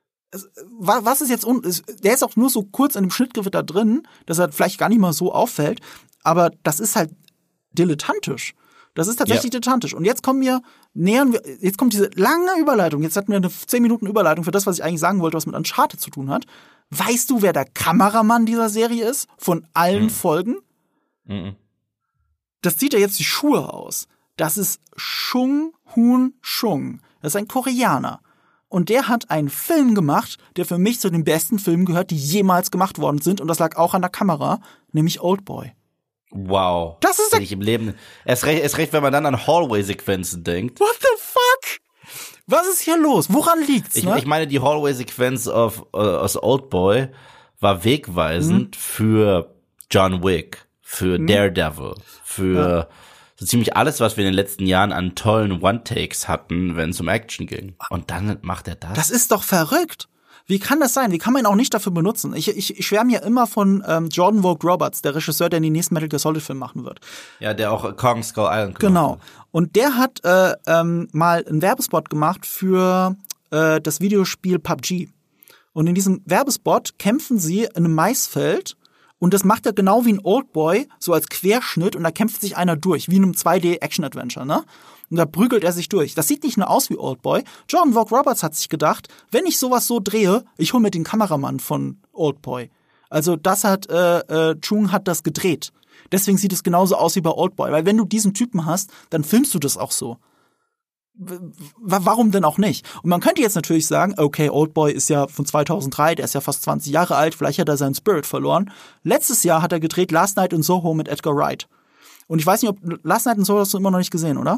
Was ist jetzt, un- der ist auch nur so kurz in dem Schnittgewitter drin, dass er vielleicht gar nicht mal so auffällt, aber das ist halt dilettantisch. Das ist tatsächlich ja. dilettantisch. Und jetzt kommen wir, nähern wir, jetzt kommt diese lange Überleitung, jetzt hatten wir eine zehn Minuten Überleitung für das, was ich eigentlich sagen wollte, was mit Uncharted zu tun hat. Weißt du, wer der Kameramann dieser Serie ist? Von allen mhm. Folgen? Mhm. Das zieht ja jetzt die Schuhe aus. Das ist Chung Hoon Chung. Das ist ein Koreaner. Und der hat einen Film gemacht, der für mich zu den besten Filmen gehört, die jemals gemacht worden sind. Und das lag auch an der Kamera, nämlich Oldboy. Wow. Das ist ich im Leben. Erst recht, erst recht, wenn man dann an Hallway-Sequenzen denkt. What the fuck? Was ist hier los? Woran liegt's? Ich, ne? ich meine, die Hallway-Sequenz auf, uh, aus Oldboy war wegweisend mhm. für John Wick, für mhm. Daredevil, für ja. so ziemlich alles, was wir in den letzten Jahren an tollen One-Takes hatten, wenn es um Action ging. Und dann macht er das. Das ist doch verrückt. Wie kann das sein? Wie kann man ihn auch nicht dafür benutzen? Ich, ich, ich schwärme ja immer von ähm, Jordan Vogt Roberts, der Regisseur, der den nächsten Metal Gear Solid Film machen wird. Ja, der auch Kong Skull Island gemacht Genau. hat. Und der hat äh, ähm, mal einen Werbespot gemacht für äh, das Videospiel P U B G. Und in diesem Werbespot kämpfen sie in einem Maisfeld. Und das macht er genau wie ein Oldboy, so als Querschnitt. Und da kämpft sich einer durch, wie in einem zwei D-Action-Adventure, ne? Und da prügelt er sich durch. Das sieht nicht nur aus wie Oldboy. Jordan Vogt Roberts hat sich gedacht, wenn ich sowas so drehe, ich hole mir den Kameramann von Oldboy. Also das hat, äh, äh, Chung hat das gedreht. Deswegen sieht es genauso aus wie bei Oldboy. Weil wenn du diesen Typen hast, dann filmst du das auch so. W- warum denn auch nicht? Und man könnte jetzt natürlich sagen, okay, Oldboy ist ja von zweitausenddrei, der ist ja fast zwanzig Jahre alt, vielleicht hat er seinen Spirit verloren. Letztes Jahr hat er gedreht Last Night in Soho mit Edgar Wright. Und ich weiß nicht, ob Last Night in Soho hast du immer noch nicht gesehen, oder?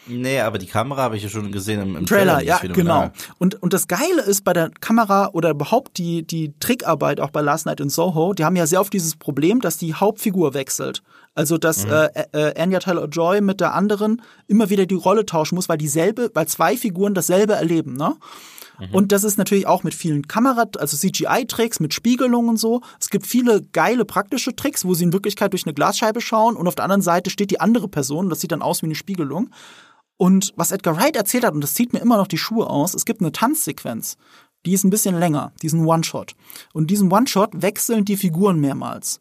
Nee, aber die Kamera habe ich ja schon gesehen im, im Trailer. Trailer. Ja, genau. Und, und das Geile ist bei der Kamera oder überhaupt die, die Trickarbeit auch bei Last Night in Soho, die haben ja sehr oft dieses Problem, dass die Hauptfigur wechselt. Also, dass mhm. äh, äh, Anya Taylor-Joy mit der anderen immer wieder die Rolle tauschen muss, weil dieselbe, weil zwei Figuren dasselbe erleben, ne? Mhm. Und das ist natürlich auch mit vielen Kamera, also C G I-Tricks, mit Spiegelungen und so. Es gibt viele geile praktische Tricks, wo sie in Wirklichkeit durch eine Glasscheibe schauen und auf der anderen Seite steht die andere Person. Das sieht dann aus wie eine Spiegelung. Und was Edgar Wright erzählt hat, und das zieht mir immer noch die Schuhe aus, es gibt eine Tanzsequenz, die ist ein bisschen länger, diesen One-Shot. Und in diesem One-Shot wechseln die Figuren mehrmals.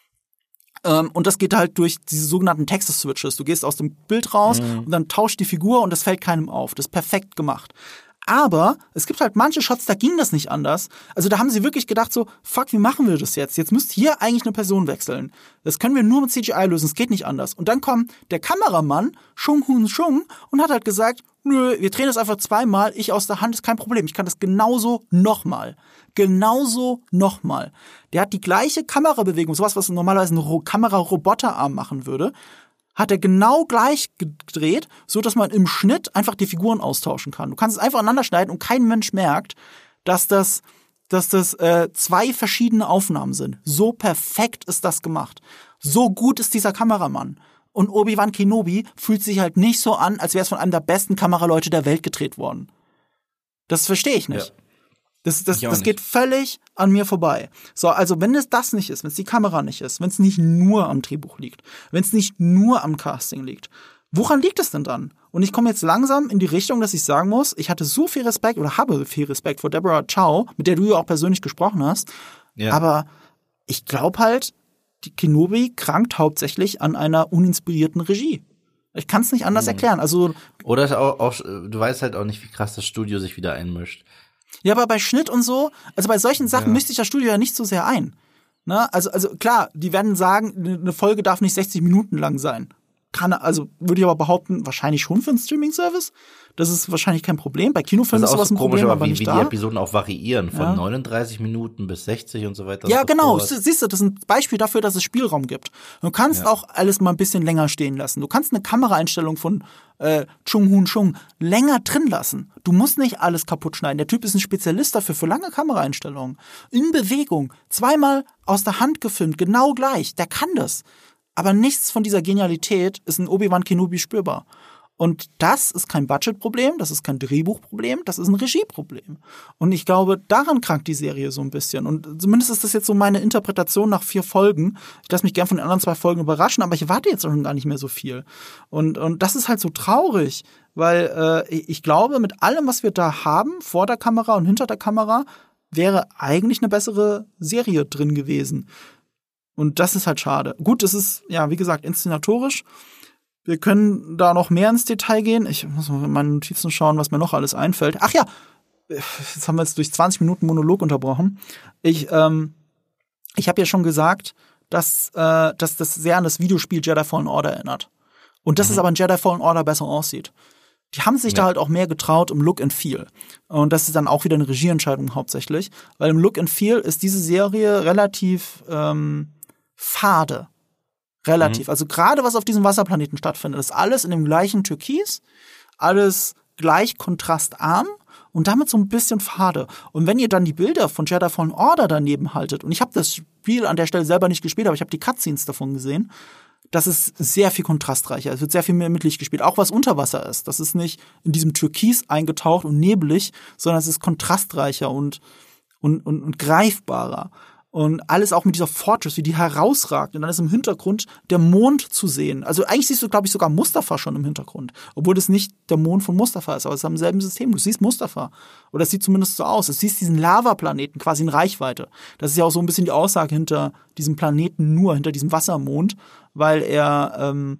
Ähm, und das geht halt durch diese sogenannten Texas-Switches. Du gehst aus dem Bild raus mhm. und dann tauscht die Figur und das fällt keinem auf. Das ist perfekt gemacht. Aber es gibt halt manche Shots, da ging das nicht anders. Also da haben sie wirklich gedacht so, fuck, wie machen wir das jetzt? Jetzt müsste hier eigentlich eine Person wechseln. Das können wir nur mit C G I lösen, es geht nicht anders. Und dann kommt der Kameramann, Chung Hoon Chung, und hat halt gesagt, nö, wir drehen das einfach zweimal, ich aus der Hand, ist kein Problem. Ich kann das genauso nochmal. Genauso nochmal. Der hat die gleiche Kamerabewegung, sowas, was normalerweise ein Kameraroboterarm machen würde, hat er genau gleich gedreht, so dass man im Schnitt einfach die Figuren austauschen kann. Du kannst es einfach aneinander schneiden und kein Mensch merkt, dass das, dass das äh, zwei verschiedene Aufnahmen sind. So perfekt ist das gemacht. So gut ist dieser Kameramann. Und Obi-Wan Kenobi fühlt sich halt nicht so an, als wäre es von einem der besten Kameraleute der Welt gedreht worden. Das verstehe ich nicht. Ja. Das, das, das geht völlig an mir vorbei. So, also wenn es das nicht ist, wenn es die Kamera nicht ist, wenn es nicht nur am Drehbuch liegt, wenn es nicht nur am Casting liegt, woran liegt es denn dann? Und ich komme jetzt langsam in die Richtung, dass ich sagen muss, ich hatte so viel Respekt oder habe viel Respekt vor Deborah Chow, mit der du ja auch persönlich gesprochen hast. Ja. Aber ich glaube halt, die Kenobi krankt hauptsächlich an einer uninspirierten Regie. Ich kann es nicht anders mhm. erklären. Also oder auch, auch, du weißt halt auch nicht, wie krass das Studio sich wieder einmischt. Ja, aber bei Schnitt und so, also bei solchen Sachen ja. mischt sich das Studio ja nicht so sehr ein. Ne? Also, also klar, die werden sagen, eine Folge darf nicht sechzig Minuten lang sein. Kann, also würde ich aber behaupten, wahrscheinlich schon für einen Streaming-Service. Das ist wahrscheinlich kein Problem. Bei Kinofilmen ist sowas ein komisch, Problem, aber, aber wie, nicht wie da. die Episoden auch variieren, von ja. neununddreißig Minuten bis sechzig und so weiter. Ja, so genau. Fort. Siehst du, das ist ein Beispiel dafür, dass es Spielraum gibt. Du kannst ja. auch alles mal ein bisschen länger stehen lassen. Du kannst eine Kameraeinstellung von äh, Chung Hoon Chung länger drin lassen. Du musst nicht alles kaputt schneiden. Der Typ ist ein Spezialist dafür, für lange Kameraeinstellungen. In Bewegung. Zweimal aus der Hand gefilmt, genau gleich. Der kann das. Aber nichts von dieser Genialität ist in Obi-Wan Kenobi spürbar. Und das ist kein Budgetproblem, das ist kein Drehbuchproblem, das ist ein Regieproblem. Und ich glaube, daran krankt die Serie so ein bisschen. Und zumindest ist das jetzt so meine Interpretation nach vier Folgen. Ich lasse mich gern von den anderen zwei Folgen überraschen, aber ich warte jetzt schon gar nicht mehr so viel. Und, und das ist halt so traurig, weil äh, ich glaube, mit allem, was wir da haben, vor der Kamera und hinter der Kamera, wäre eigentlich eine bessere Serie drin gewesen. Und das ist halt schade. Gut, es ist, ja, wie gesagt, inszenatorisch. Wir können da noch mehr ins Detail gehen. Ich muss mal in meine Notizen schauen, was mir noch alles einfällt. Ach ja, jetzt haben wir jetzt durch zwanzig Minuten Monolog unterbrochen. Ich, ähm, ich habe ja schon gesagt, dass, äh, dass das sehr an das Videospiel Jedi Fallen Order erinnert. Und dass mhm. es aber in Jedi Fallen Order besser aussieht. Die haben sich ja. da halt auch mehr getraut im Look and Feel. Und das ist dann auch wieder eine Regieentscheidung hauptsächlich. Weil im Look and Feel ist diese Serie relativ ähm, fade. Relativ. Mhm. Also gerade was auf diesem Wasserplaneten stattfindet, ist alles in dem gleichen Türkis, alles gleich kontrastarm und damit so ein bisschen fade. Und wenn ihr dann die Bilder von Jedi Fallen Order daneben haltet, und ich habe das Spiel an der Stelle selber nicht gespielt, aber ich habe die Cutscenes davon gesehen, das ist sehr viel kontrastreicher. Es wird sehr viel mehr mit Licht gespielt. Auch was unter Wasser ist. Das ist nicht in diesem Türkis eingetaucht und nebelig, sondern es ist kontrastreicher und, und, und, und greifbarer. Und alles auch mit dieser Fortress, wie die herausragt. Und dann ist im Hintergrund der Mond zu sehen. Also eigentlich siehst du, glaube ich, sogar Mustafa schon im Hintergrund. Obwohl das nicht der Mond von Mustafa ist, aber es ist am selben System. Du siehst Mustafa. Oder es sieht zumindest so aus. Du siehst diesen Lavaplaneten quasi in Reichweite. Das ist ja auch so ein bisschen die Aussage hinter diesem Planeten nur, hinter diesem Wassermond, weil er ähm,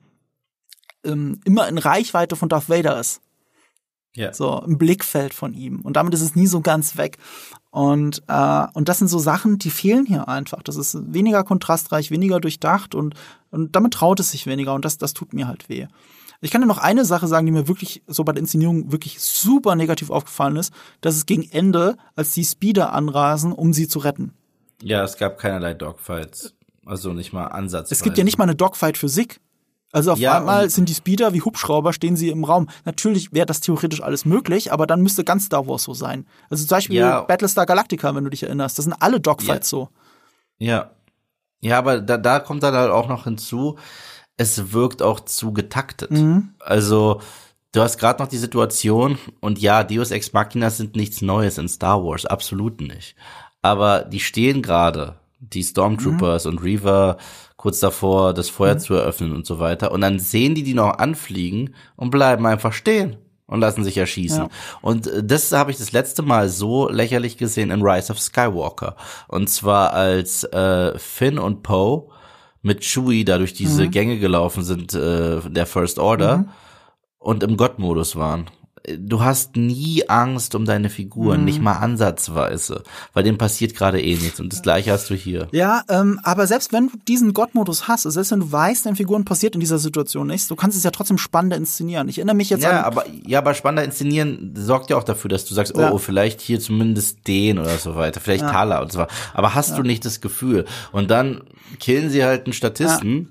ähm, immer in Reichweite von Darth Vader ist. Yeah. So im Blickfeld von ihm. Und damit ist es nie so ganz weg. Und, äh, und das sind so Sachen, die fehlen hier einfach. Das ist weniger kontrastreich, weniger durchdacht und, und damit traut es sich weniger. Und das, das tut mir halt weh. Ich kann dir noch eine Sache sagen, die mir wirklich so bei der Inszenierung wirklich super negativ aufgefallen ist. Das ist gegen Ende, als die Speeder anrasen, um sie zu retten. Ja, es gab keinerlei Dogfights. Also nicht mal Ansatz. Es gibt ja nicht mal eine Dogfight für Sig. Also auf Ja, einmal und- sind die Speeder wie Hubschrauber, stehen sie im Raum. Natürlich wäre das theoretisch alles möglich, aber dann müsste ganz Star Wars so sein. Also zum Beispiel Ja. Battlestar Galactica, wenn du dich erinnerst. Das sind alle Dogfights so. Ja. Ja, aber da, da kommt dann halt auch noch hinzu, es wirkt auch zu getaktet. Mhm. Also, du hast gerade noch die Situation, und ja, Deus Ex Machina sind nichts Neues in Star Wars, absolut nicht. Aber die stehen gerade, die Stormtroopers Mhm. und Reaver, kurz davor, das Feuer zu eröffnen und so weiter. Und dann sehen die die noch anfliegen und bleiben einfach stehen und lassen sich erschießen. Ja. Und äh, das habe ich das letzte Mal so lächerlich gesehen in Rise of Skywalker. Und zwar als äh, Finn und Poe mit Chewie da durch diese Mhm. Gänge gelaufen sind, äh, der First Order, Mhm. und im Gott-Modus waren. Du hast nie Angst um deine Figuren, Mhm. nicht mal ansatzweise, weil dem passiert gerade eh nichts. Und das Gleiche hast du hier. Ja, ähm, aber selbst wenn du diesen Gott-Modus hast, also selbst wenn du weißt, deinen Figuren passiert in dieser Situation nichts, du kannst es ja trotzdem spannender inszenieren. Ich erinnere mich jetzt Ja, an... aber ja, aber spannender inszenieren sorgt ja auch dafür, dass du sagst, oh, Ja. oh vielleicht hier zumindest den oder so weiter, vielleicht Ja. Tala und so weiter. Aber hast du nicht das Gefühl? Und dann killen sie halt einen Statisten.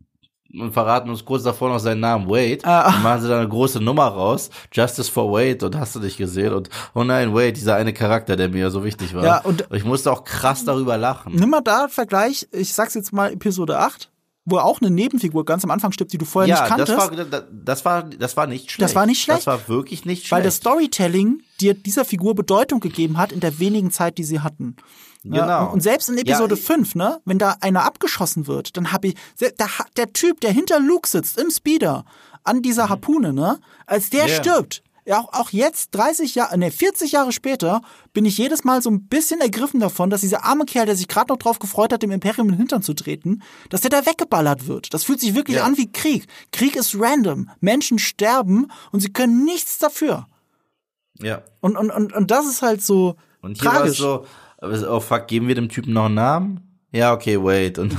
Und verraten uns kurz davor noch seinen Namen, Wade. Ah. Dann machen sie da eine große Nummer raus. Justice for Wade, und hast du dich gesehen. Und oh nein, Wade, dieser eine Charakter, der mir ja so wichtig war. Ja, und- ich musste auch krass darüber lachen. Nimm mal da Vergleich, ich sag's jetzt mal Episode acht, wo auch eine Nebenfigur ganz am Anfang stirbt, die du vorher nicht Ja, kanntest. das war, das war, das war nicht schlecht. Das war nicht schlecht. Das war wirklich nicht schlecht. Weil das Storytelling dir dieser Figur Bedeutung gegeben hat in der wenigen Zeit, die sie hatten. Ja, Genau. und selbst in Episode Ja, fünf, ne, wenn da einer abgeschossen wird, dann habe ich, der, der Typ, der hinter Luke sitzt, im Speeder, an dieser Harpune, ne, als der Ja. stirbt, ja, auch, auch jetzt, dreißig Jahre, ne, vierzig Jahre später, bin ich jedes Mal so ein bisschen ergriffen davon, dass dieser arme Kerl, der sich gerade noch drauf gefreut hat, dem Imperium in den Hintern zu treten, dass der da weggeballert wird. Das fühlt sich wirklich Ja. an wie Krieg. Krieg ist random. Menschen sterben und sie können nichts dafür. ja. Und, und, und, und das ist halt so Und hier war es tragisch. so, oh fuck, geben wir dem Typen noch einen Namen? Ja, okay, wait. Und,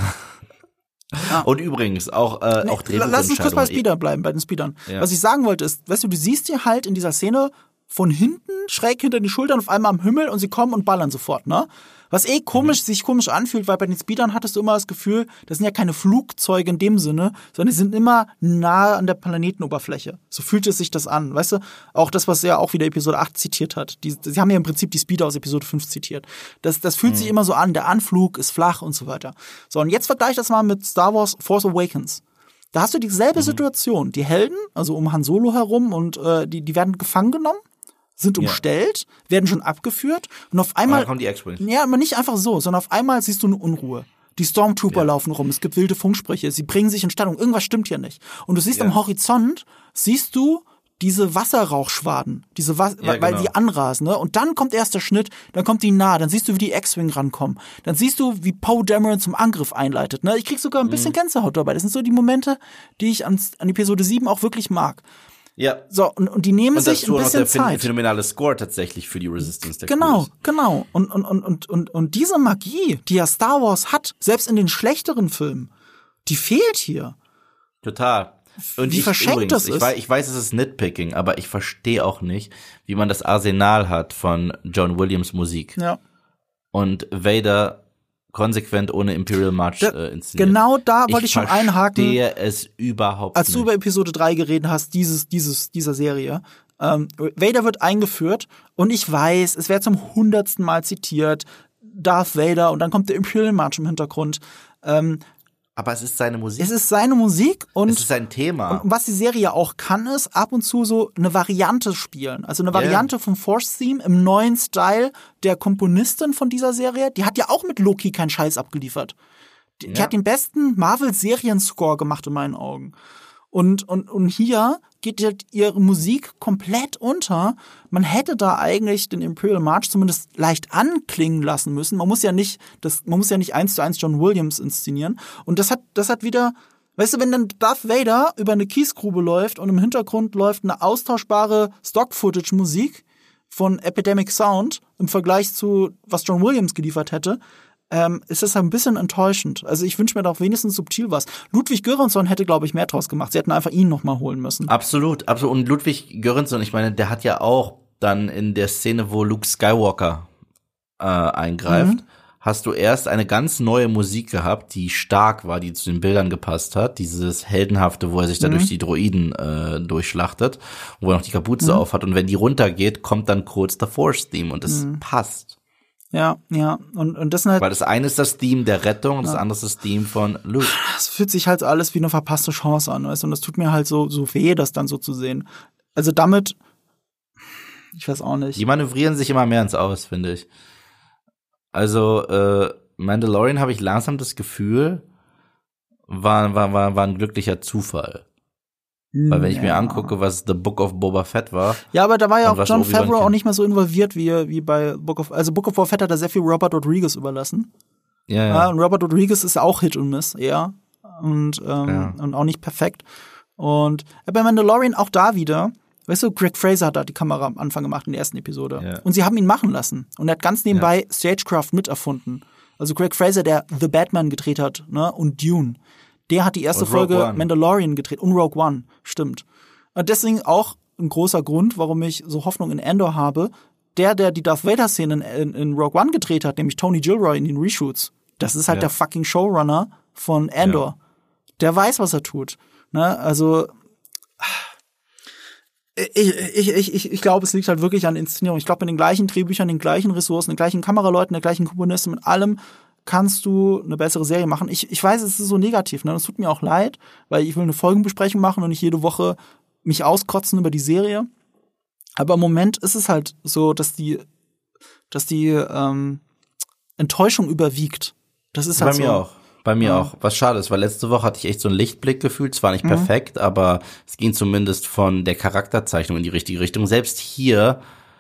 und übrigens, auch, äh, auch Nee, lass uns kurz bei Drehbuchentscheidungen. Speedern bleiben, bei den Speedern. Ja. Was ich sagen wollte ist, weißt du, du siehst die halt in dieser Szene von hinten, schräg hinter den Schultern, auf einmal am Himmel, und sie kommen und ballern sofort, ne? Was eh komisch, Mhm. sich komisch anfühlt, weil bei den Speedern hattest du immer das Gefühl, das sind ja keine Flugzeuge in dem Sinne, sondern die sind immer nahe an der Planetenoberfläche. So fühlt es sich das an, weißt du? Auch das, was er auch wieder Episode acht zitiert hat. Die, sie haben ja im Prinzip die Speeder aus Episode fünf zitiert. Das, das fühlt Mhm. sich immer so an, der Anflug ist flach und so weiter. So, und jetzt vergleich das mal mit Star Wars Force Awakens. Da hast du dieselbe Mhm. Situation. Die Helden, also um Han Solo herum, und äh, die, die werden gefangen genommen, sind Ja. umstellt, werden schon abgeführt, und auf Und einmal, dann kommen die X-Wings. ja, aber nicht einfach so, sondern auf einmal siehst du eine Unruhe. Die Stormtrooper Ja. laufen rum, es gibt wilde Funksprüche, sie bringen sich in Stellung, irgendwas stimmt hier nicht. Und du siehst Ja. am Horizont, siehst du diese Wasserrauchschwaden, diese Was Ja, weil genau. die anrasen, ne? Und dann kommt erst der Schnitt, dann kommt die nah, dann siehst du, wie die X-Wing rankommen. Dann siehst du, wie Poe Dameron zum Angriff einleitet, ne? Ich krieg sogar ein bisschen Mhm. Gänsehaut dabei. Das sind so die Momente, die ich an, an Episode sieben auch wirklich mag. Ja. So, und, und die nehmen Und sich dazu ein noch bisschen der phän- Zeit. phänomenale Score tatsächlich für die Resistance der Genau, Crews. genau. Und, und, und, und, und, und diese Magie, die ja Star Wars hat, selbst in den schlechteren Filmen, die fehlt hier. Total. Und Wie ich, verschenkt übrigens, das ich ist. weiß, ich weiß, es ist Nitpicking, aber ich verstehe auch nicht, wie man das Arsenal hat von John Williams Musik Ja. und Vader konsequent ohne Imperial March Da- äh, inszeniert. Genau da wollte ich schon einhaken. Ich verstehe es überhaupt Als nicht. du über Episode drei geredet hast, dieses, dieses, dieser Serie, ähm, Vader wird eingeführt, und ich weiß, es wird zum hundertsten Mal zitiert, Darth Vader, und dann kommt der Imperial March im Hintergrund. Ähm, aber es ist seine Musik. es ist seine Musik, und es ist sein Thema. Und was die Serie auch kann, ist ab und zu so eine Variante spielen. Also eine Variante vom Force-Theme im neuen Style der Komponistin von dieser Serie. Die hat ja auch mit Loki keinen Scheiß abgeliefert. Die, die Ja. hat den besten Marvel-Serien-Score gemacht in meinen Augen. Und, und, und hier geht halt ihre Musik komplett unter. Man hätte da eigentlich den Imperial March zumindest leicht anklingen lassen müssen. Man muss ja nicht, das, man muss ja nicht eins zu eins John Williams inszenieren. Und das hat, das hat wieder, weißt du, wenn dann Darth Vader über eine Kiesgrube läuft und im Hintergrund läuft eine austauschbare Stock-Footage-Musik von Epidemic Sound im Vergleich zu, was John Williams geliefert hätte, ähm, ist das ein bisschen enttäuschend. Also ich wünsche mir da auch wenigstens subtil was. Ludwig Göransson hätte, glaube ich, mehr draus gemacht. Sie hätten einfach ihn noch mal holen müssen. Absolut, absolut. Und Ludwig Göransson, ich meine, der hat ja auch dann in der Szene, wo Luke Skywalker äh, eingreift, Mhm. hast du erst eine ganz neue Musik gehabt, die stark war, die zu den Bildern gepasst hat. Dieses Heldenhafte, wo er sich da Mhm. durch die Droiden äh, durchschlachtet, wo er noch die Kapuze Mhm. auf hat. Und wenn die runtergeht, kommt dann kurz der Force-Theme und das Mhm. passt. Ja, ja. Und, und das sind halt, Weil das eine ist das Theme der Rettung und das Ja. andere ist das Theme von Luke. es fühlt sich halt so alles wie eine verpasste Chance an, weißt du? Und das tut mir halt so, so weh, das dann so zu sehen. Also damit, ich weiß auch nicht. Die manövrieren sich immer mehr ins Aus, finde ich. Also, äh, Mandalorian habe ich langsam das Gefühl, war, war, war, war ein glücklicher Zufall. Weil wenn ich mir Ja. angucke, was The Book of Boba Fett war, Ja, aber da war ja Und auch was John Obi-Wan Favreau auch kennt. nicht mehr so involviert wie, wie bei Book of, also Book of Boba Fett hat da sehr viel Robert Rodriguez überlassen. ja, Ja. ja. Und Robert Rodriguez ist auch Hit und Miss, eher. Und, ähm, Ja. und auch nicht perfekt. Und äh, bei Mandalorian auch da wieder, weißt du, Greg Fraser hat da die Kamera am Anfang gemacht in der ersten Episode. Ja. Und sie haben ihn machen lassen. Und er hat ganz nebenbei Stagecraft miterfunden. Also Greg Fraser, der The Batman gedreht hat, ne, und Dune. Der hat die erste Und Rogue Folge One. Mandalorian gedreht. Und Rogue One, stimmt. Und deswegen auch ein großer Grund, warum ich so Hoffnung in Andor habe. Der, der die Darth Vader-Szene in, in, in Rogue One gedreht hat, nämlich Tony Gilroy in den Reshoots, das ist halt Ja. der fucking Showrunner von Andor. Der weiß, was er tut. Ne? Also ich, ich, ich, ich, ich glaube, es liegt halt wirklich an Inszenierung. Ich glaube, mit den gleichen Drehbüchern, den gleichen Ressourcen, den gleichen Kameraleuten, der gleichen Komponisten, mit allem kannst du eine bessere Serie machen. Ich, ich weiß, es ist so negativ, ne? Das tut mir auch leid, weil ich will eine Folgenbesprechung machen und nicht jede Woche mich auskotzen über die Serie. Aber im Moment ist es halt so, dass die, dass die ähm, Enttäuschung überwiegt. Das ist halt Bei so. mir auch. Bei mir Ja. auch. Was schade ist, weil letzte Woche hatte ich echt so einen Lichtblick gefühlt. Zwar nicht Mhm. perfekt, aber es ging zumindest von der Charakterzeichnung in die richtige Richtung. Selbst hier,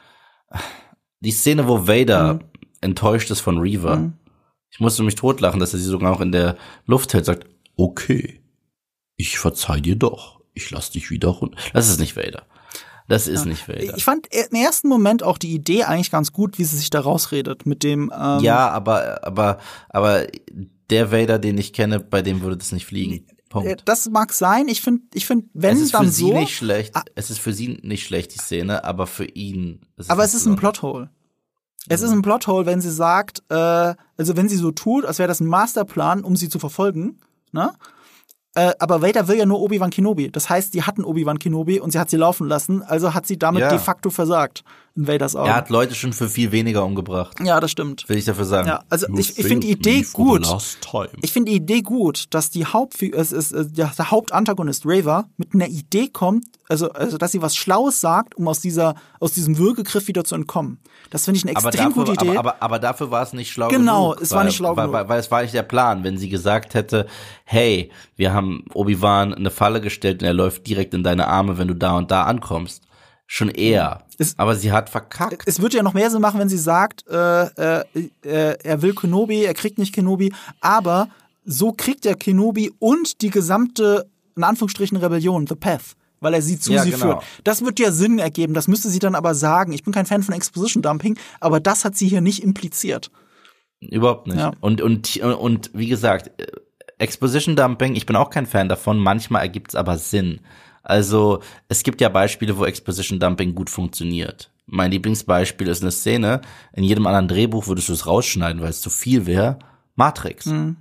die Szene, wo Vader Mhm. enttäuscht ist von Reaver. Mhm. Ich musste mich totlachen, dass er sie sogar noch in der Luft hält, sagt, okay, ich verzeih dir doch. Ich lass dich wieder runter. Das ist nicht Vader. Das ist nicht Vader. Ich fand im ersten Moment auch die Idee eigentlich ganz gut, wie sie sich da rausredet mit dem ähm, Ja, aber, aber, aber der Vader, den ich kenne, bei dem würde das nicht fliegen. äh, Punkt. das mag sein. Ich finde, ich finde, wenn Es ist dann für sie so, nicht schlecht. Ah. Es ist für sie nicht schlecht, die Szene, aber für ihn ist es aber nicht es ist ein besonders. Plothole. Es ist ein Plothole, wenn sie sagt, äh, also wenn sie so tut, als wäre das ein Masterplan, um sie zu verfolgen, ne? Äh, aber Vader will ja nur Obi-Wan Kenobi. Das heißt, die hatten Obi-Wan Kenobi und sie hat sie laufen lassen, also hat sie damit Ja. de facto versagt in Vaders Augen. Er hat Leute schon für viel weniger umgebracht, Ja, das stimmt. will ich dafür sagen. Ja, also You ich, ich finde die failed Idee me for the gut. last time. Ich finde die Idee gut, dass die Hauptfigur, es ist äh, der, der Hauptantagonist Raver mit einer Idee kommt, also also dass sie was Schlaues sagt, um aus dieser aus diesem Würgegriff wieder zu entkommen. Das finde ich eine aber extrem dafür, gute Idee. Aber, aber, aber dafür war es nicht schlau Genau, genug. es war weil, nicht schlau weil, genug. Weil, weil es war nicht der Plan. Wenn sie gesagt hätte, hey, wir haben Obi-Wan eine Falle gestellt und er läuft direkt in deine Arme, wenn du da und da ankommst. Schon eher. Es- aber sie hat verkackt. Es würde ja noch mehr Sinn machen, wenn sie sagt, äh, äh, äh, er will Kenobi, er kriegt nicht Kenobi, aber so kriegt er Kenobi und die gesamte, in Anführungsstrichen, Rebellion, The Path, weil er sie zu Ja, sie genau. führt. Das wird ja Sinn ergeben, das müsste sie dann aber sagen. Ich bin kein Fan von Exposition Dumping, aber das hat sie hier nicht impliziert. Überhaupt nicht. Ja. Und, und, und wie gesagt, Exposition Dumping, ich bin auch kein Fan davon, manchmal ergibt's aber Sinn. Also, es gibt ja Beispiele, wo Exposition Dumping gut funktioniert. Mein Lieblingsbeispiel ist eine Szene, in jedem anderen Drehbuch würdest du es rausschneiden, weil es zu viel wäre. Matrix. Mhm.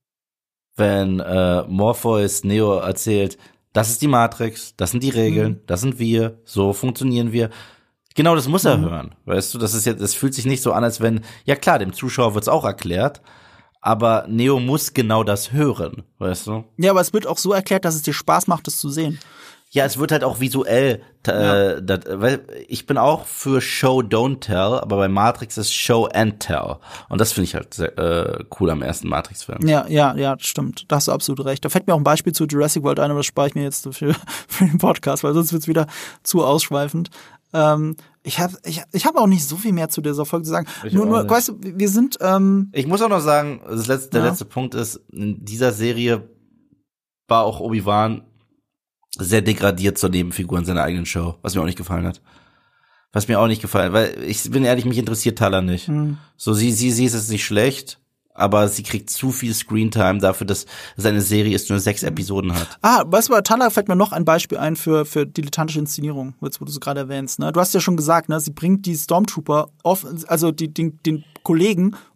Wenn äh, Morpheus Neo erzählt, das ist die Matrix, das sind die Regeln, Mhm. das sind wir, so funktionieren wir. Genau, das muss er Mhm. hören. Weißt du, das ist jetzt, das fühlt sich nicht so an, als wenn, ja klar, dem Zuschauer wird's auch erklärt, aber Neo muss genau das hören, weißt du? Ja, aber es wird auch so erklärt, dass es dir Spaß macht, das zu sehen. Ja, es wird halt auch visuell, äh, dat, weil ich bin auch für Show Don't Tell, aber bei Matrix ist Show and Tell. Und das finde ich halt sehr, äh, cool am ersten Matrix-Film. Ja, ja, ja, stimmt. Da hast du absolut recht. Da fällt mir auch ein Beispiel zu Jurassic World ein, aber das spare ich mir jetzt für, für den Podcast, weil sonst wird's wieder zu ausschweifend. Ähm, ich habe ich, ich hab auch nicht so viel mehr zu dieser Folge zu sagen. Ich nur, auch nur nicht. weißt du, wir sind ähm, Ich muss auch noch sagen, das letzte, der Ja. letzte Punkt ist, in dieser Serie war auch Obi-Wan sehr degradiert zur Nebenfigur in seiner eigenen Show, was mir auch nicht gefallen hat. Was mir auch nicht gefallen, weil ich bin ehrlich, mich interessiert Tala nicht. Mhm. So, sie, sie, sie ist es nicht schlecht, aber sie kriegt zu viel Screentime dafür, dass seine Serie ist nur sechs Episoden hat. Ah, weißt du, bei Tala fällt mir noch ein Beispiel ein für, für dilettantische Inszenierung, jetzt wo du es gerade erwähnst. Ne? Du hast ja schon gesagt, ne, sie bringt die Stormtrooper, off, also die, den, den Kollegen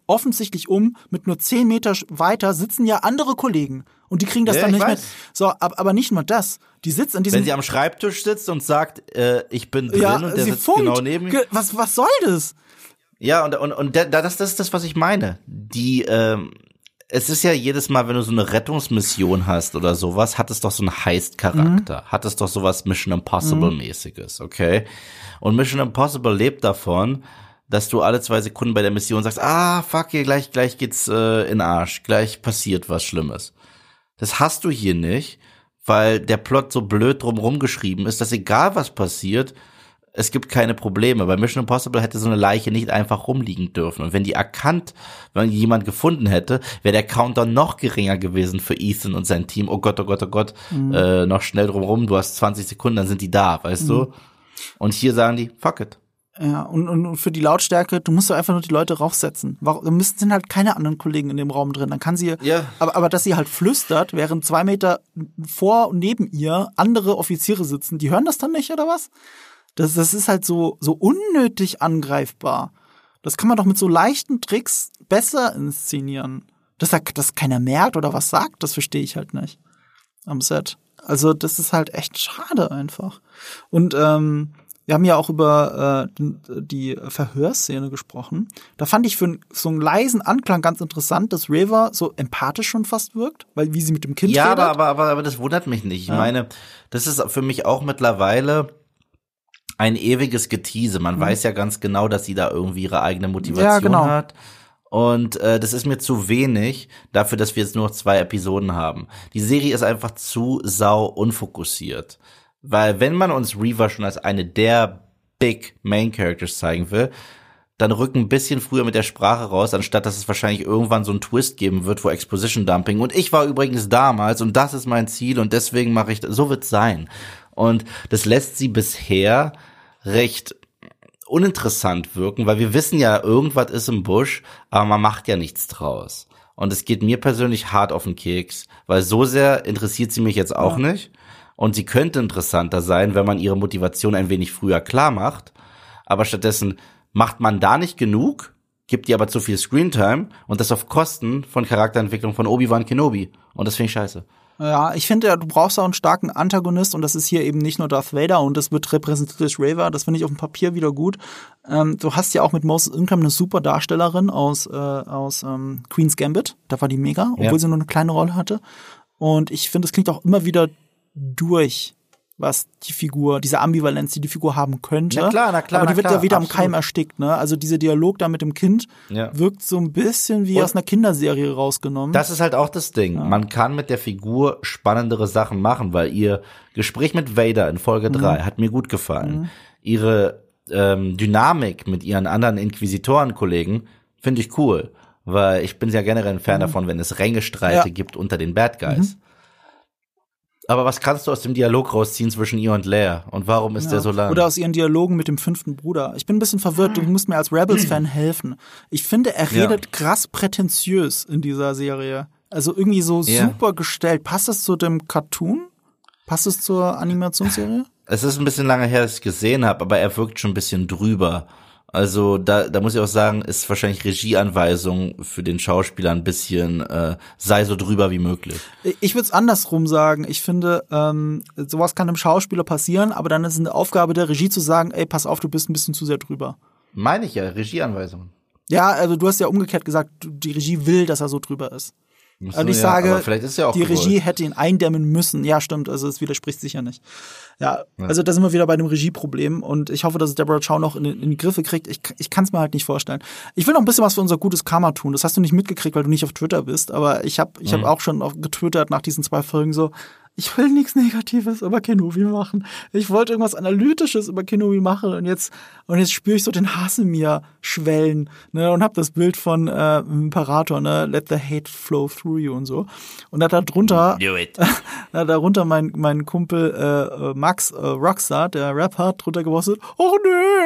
offensichtlich um, mit nur zehn Meter weiter sitzen ja andere Kollegen. Und die kriegen das ja, dann nicht weiß. mit. So, ab, aber nicht nur das. Die sitzt an diesem... Wenn sie am Schreibtisch sitzt und sagt, äh, ich bin drin ja, und der sie sitzt funkt. genau neben mir. Was, was soll das? Ja, und, und, und das, das ist das, was ich meine. Die, ähm, es ist ja jedes Mal, wenn du so eine Rettungsmission hast oder sowas, hat es doch so einen Heist-Charakter. Mhm. Hat es doch sowas Mission Impossible-mäßiges, okay? Und Mission Impossible lebt davon, dass du alle zwei Sekunden bei der Mission sagst, ah, fuck, hier, gleich, gleich geht's äh, in den Arsch, gleich passiert was Schlimmes. Das hast du hier nicht, weil der Plot so blöd drumherum geschrieben ist, dass egal was passiert, es gibt keine Probleme. Bei Mission Impossible hätte so eine Leiche nicht einfach rumliegen dürfen. Und wenn die erkannt, wenn jemand gefunden hätte, wäre der Countdown noch geringer gewesen für Ethan und sein Team. Oh Gott, oh Gott, oh Gott, mhm. äh, noch schnell drumherum, du hast zwanzig Sekunden, dann sind die da, weißt mhm. du? Und hier sagen die, fuck it. Ja, und, und für die Lautstärke, du musst doch einfach nur die Leute raufsetzen. Warum, da müssen, sind halt keine anderen Kollegen in dem Raum drin. Dann kann sie, ja. aber, aber dass sie halt flüstert, während zwei Meter vor und neben ihr andere Offiziere sitzen, die hören das dann nicht, oder was? Das, das ist halt so, so unnötig angreifbar. Das kann man doch mit so leichten Tricks besser inszenieren. Dass da, dass keiner merkt oder was sagt, das verstehe ich halt nicht am Set. Also das ist halt echt schade einfach. Und ähm, wir haben ja auch über äh, die Verhörszene gesprochen. Da fand ich für so einen leisen Anklang ganz interessant, dass Reva so empathisch schon fast wirkt, weil wie sie mit dem Kind ja, redet. Ja, aber, aber, aber das wundert mich nicht. Ich ja. meine, das ist für mich auch mittlerweile ein ewiges Getease. Man mhm. weiß ja ganz genau, dass sie da irgendwie ihre eigene Motivation ja, genau. hat. Und äh, das ist mir zu wenig dafür, dass wir jetzt nur noch zwei Episoden haben. Die Serie ist einfach zu sau unfokussiert. Weil wenn man uns Reva schon als eine der Big Main Characters zeigen will, dann rücken ein bisschen früher mit der Sprache raus, anstatt dass es wahrscheinlich irgendwann so einen Twist geben wird, wo Exposition Dumping. Und ich war übrigens damals und das ist mein Ziel und deswegen mache ich das. So wird's sein. Und das lässt sie bisher recht uninteressant wirken, weil wir wissen ja, irgendwas ist im Busch, aber man macht ja nichts draus. Und es geht mir persönlich hart auf den Keks, weil so sehr interessiert sie mich jetzt auch ja. nicht. Und sie könnte interessanter sein, wenn man ihre Motivation ein wenig früher klar macht. Aber stattdessen macht man da nicht genug, gibt ihr aber zu viel Screentime und das auf Kosten von Charakterentwicklung von Obi-Wan Kenobi. Und das finde ich scheiße. Ja, ich finde, du brauchst auch einen starken Antagonist und das ist hier eben nicht nur Darth Vader und das wird repräsentiert durch Reva, das finde ich auf dem Papier wieder gut. Ähm, du hast ja auch mit Moses Ingram eine super Darstellerin aus, äh, aus ähm, Queen's Gambit, da war die mega, obwohl ja. sie nur eine kleine Rolle hatte. Und ich finde, es klingt auch immer wieder durch, was die Figur, diese Ambivalenz, die die Figur haben könnte. Na klar, na klar, aber die na wird klar, ja wieder absolut. am Keim erstickt, ne? Also dieser Dialog da mit dem Kind ja. wirkt so ein bisschen wie Und aus einer Kinderserie rausgenommen. Das ist halt auch das Ding. Ja. Man kann mit der Figur spannendere Sachen machen, weil ihr Gespräch mit Vader in Folge drei mhm. hat mir gut gefallen. Mhm. Ihre ähm, Dynamik mit ihren anderen Inquisitoren-Kollegen finde ich cool, weil ich bin ja generell ein Fan mhm. davon, wenn es Rängestreite ja. gibt unter den Bad Guys. Mhm. Aber was kannst du aus dem Dialog rausziehen zwischen ihr und Leia? Und warum ist ja. der so lang? Oder aus ihren Dialogen mit dem fünften Bruder. Ich bin ein bisschen verwirrt. Du musst mir als Rebels-Fan helfen. Ich finde, er redet ja. krass prätentiös in dieser Serie. Also irgendwie so ja. super gestellt. Passt das zu dem Cartoon? Passt es zur Animationsserie? Es ist ein bisschen lange her, dass ich gesehen habe, aber er wirkt schon ein bisschen drüber. Also da, da muss ich auch sagen, ist wahrscheinlich Regieanweisung für den Schauspieler ein bisschen, äh, sei so drüber wie möglich. Ich würde es andersrum sagen. Ich finde, ähm, sowas kann einem Schauspieler passieren, aber dann ist es eine Aufgabe der Regie zu sagen, ey, pass auf, du bist ein bisschen zu sehr drüber. Meine ich ja, Regieanweisung. Ja, also du hast ja umgekehrt gesagt, die Regie will, dass er so drüber ist. So, und ich ja, sage, aber vielleicht ist ja auch die gewollt. Regie hätte ihn eindämmen müssen. Ja, stimmt, also es widerspricht sich ja nicht. Ja, ja, also da sind wir wieder bei dem Regieproblem und ich hoffe, dass es Deborah Chow noch in, in die Griffe kriegt. Ich, ich kann es mir halt nicht vorstellen. Ich will noch ein bisschen was für unser gutes Karma tun. Das hast du nicht mitgekriegt, weil du nicht auf Twitter bist, aber ich habe ich mhm. hab auch schon auf, getwittert nach diesen zwei Folgen so, ich will nichts Negatives über Kenobi machen. Ich wollte irgendwas Analytisches über Kenobi machen und jetzt und jetzt spüre ich so den Hass in mir schwellen, ne, und hab das Bild von äh, Imperator, ne, let the hate flow through you und so. Und da drunter, Do it. da darunter mein mein Kumpel äh, Max äh, Rockstar, der Rapper, drunter gepostet. Oh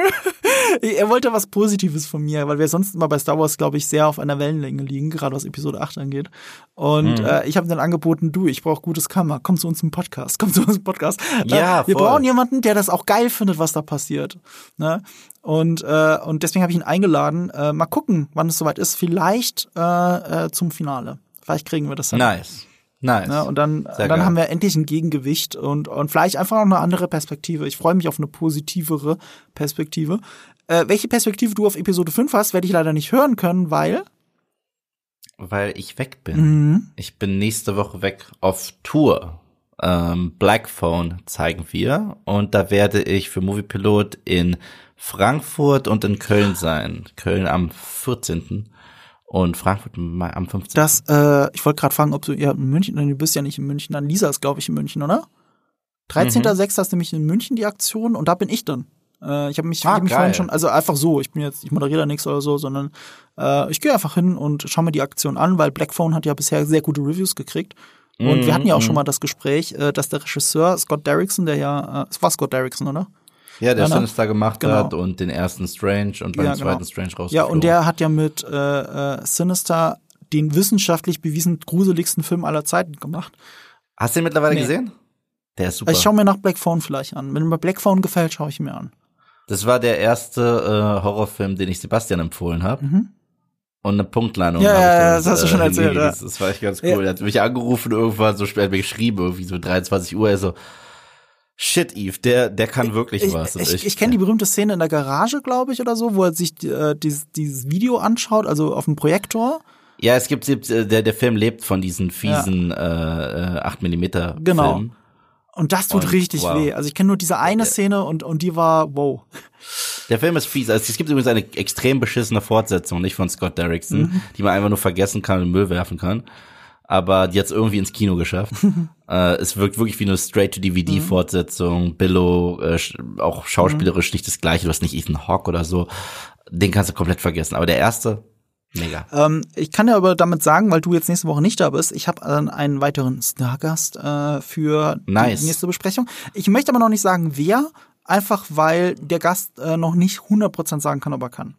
nö, er wollte was Positives von mir, weil wir sonst immer bei Star Wars, glaube ich, sehr auf einer Wellenlänge liegen, gerade was Episode acht angeht. Und mhm. äh, ich habe dann angeboten, du, ich brauche gutes Karma, komm zu uns im Podcast, komm zu uns im Podcast. Ja, äh, wir voll. brauchen jemanden, der das auch geil findet, was da passiert. Ne? Und, äh, und deswegen habe ich ihn eingeladen. Äh, mal gucken, wann es soweit ist. Vielleicht äh, äh, zum Finale. Vielleicht kriegen wir das dann. Nice. Nice. Ne? Und dann, und dann geil. haben wir endlich ein Gegengewicht und, und vielleicht einfach auch eine andere Perspektive. Ich freue mich auf eine positivere Perspektive. Äh, welche Perspektive du auf Episode fünf hast, werde ich leider nicht hören können, weil Weil ich weg bin. Mhm. Ich bin nächste Woche weg auf Tour. Ähm, Black Phone zeigen wir. Und da werde ich für Moviepilot in Frankfurt und in Köln sein. Köln am vierzehnten und Frankfurt am fünfzehnten das, äh, ich wollte gerade fragen, ob du ja in München, nein, du bist ja nicht in München, dann Lisa ist, glaube ich, in München, oder? dreizehnter sechster ist nämlich in München die Aktion und da bin ich dann. Äh, ich habe mich, Ah, ich hab mich geil. vorhin schon, also einfach so, ich bin jetzt, ich moderiere da nichts oder so, sondern äh, ich gehe einfach hin und schaue mir die Aktion an, weil Black Phone hat ja bisher sehr gute Reviews gekriegt. Und Mhm, wir hatten ja auch mhm. schon mal das Gespräch, äh, dass der Regisseur Scott Derrickson, der ja, äh, es war Scott Derrickson, oder? Ja, der Ja, ne? Sinister gemacht Genau. hat und den ersten Strange und beim Ja, genau. zweiten Strange rausgeflogen. Ja, und der hat ja mit äh, äh, Sinister den wissenschaftlich bewiesen gruseligsten Film aller Zeiten gemacht. Hast du den mittlerweile Nee. gesehen? Der ist super. Ich schaue mir nach Black Phone vielleicht an. Wenn mir Black Phone gefällt, schaue ich mir an. Das war der erste äh, Horrorfilm, den ich Sebastian empfohlen habe. Mhm. Und eine Punktlandung. Ja, hab ich ja, dann, das hast du schon erzählt, hingelegt. ja. Das war echt ganz cool. Ja. Er hat mich angerufen irgendwann, so spät hat mir geschrieben, irgendwie so dreiundzwanzig Uhr. Er so, shit, Eve, der, der kann wirklich Ich, was. Und ich, ich kenne die berühmte Szene in der Garage, glaube ich, oder so, wo er sich äh, dieses, dieses Video anschaut, also auf dem Projektor. Ja, es gibt, es gibt, äh, der, der Film lebt von diesen fiesen äh, äh, acht Millimeter Genau. Filmen. Und das tut Und, richtig wow. weh. Also ich kenne nur diese eine Ja. Szene und, und die war, wow. Der Film ist fies. Also es gibt übrigens eine extrem beschissene Fortsetzung, nicht von Scott Derrickson, Mhm. die man einfach nur vergessen kann und in den Müll werfen kann. Aber die hat es irgendwie ins Kino geschafft. äh, es wirkt wirklich wie eine Straight-to-D V D-Fortsetzung. Billow, äh, sch- auch schauspielerisch nicht das Gleiche. Du hast nicht Ethan Hawke oder so. Den kannst du komplett vergessen. Aber der erste, mega. Ähm, ich kann ja aber damit sagen, weil du jetzt nächste Woche nicht da bist, ich habe äh, einen weiteren Stargast äh, für Nice. die nächste Besprechung. Ich möchte aber noch nicht sagen, wer, einfach weil der Gast äh, noch nicht hundert Prozent sagen kann, ob er kann.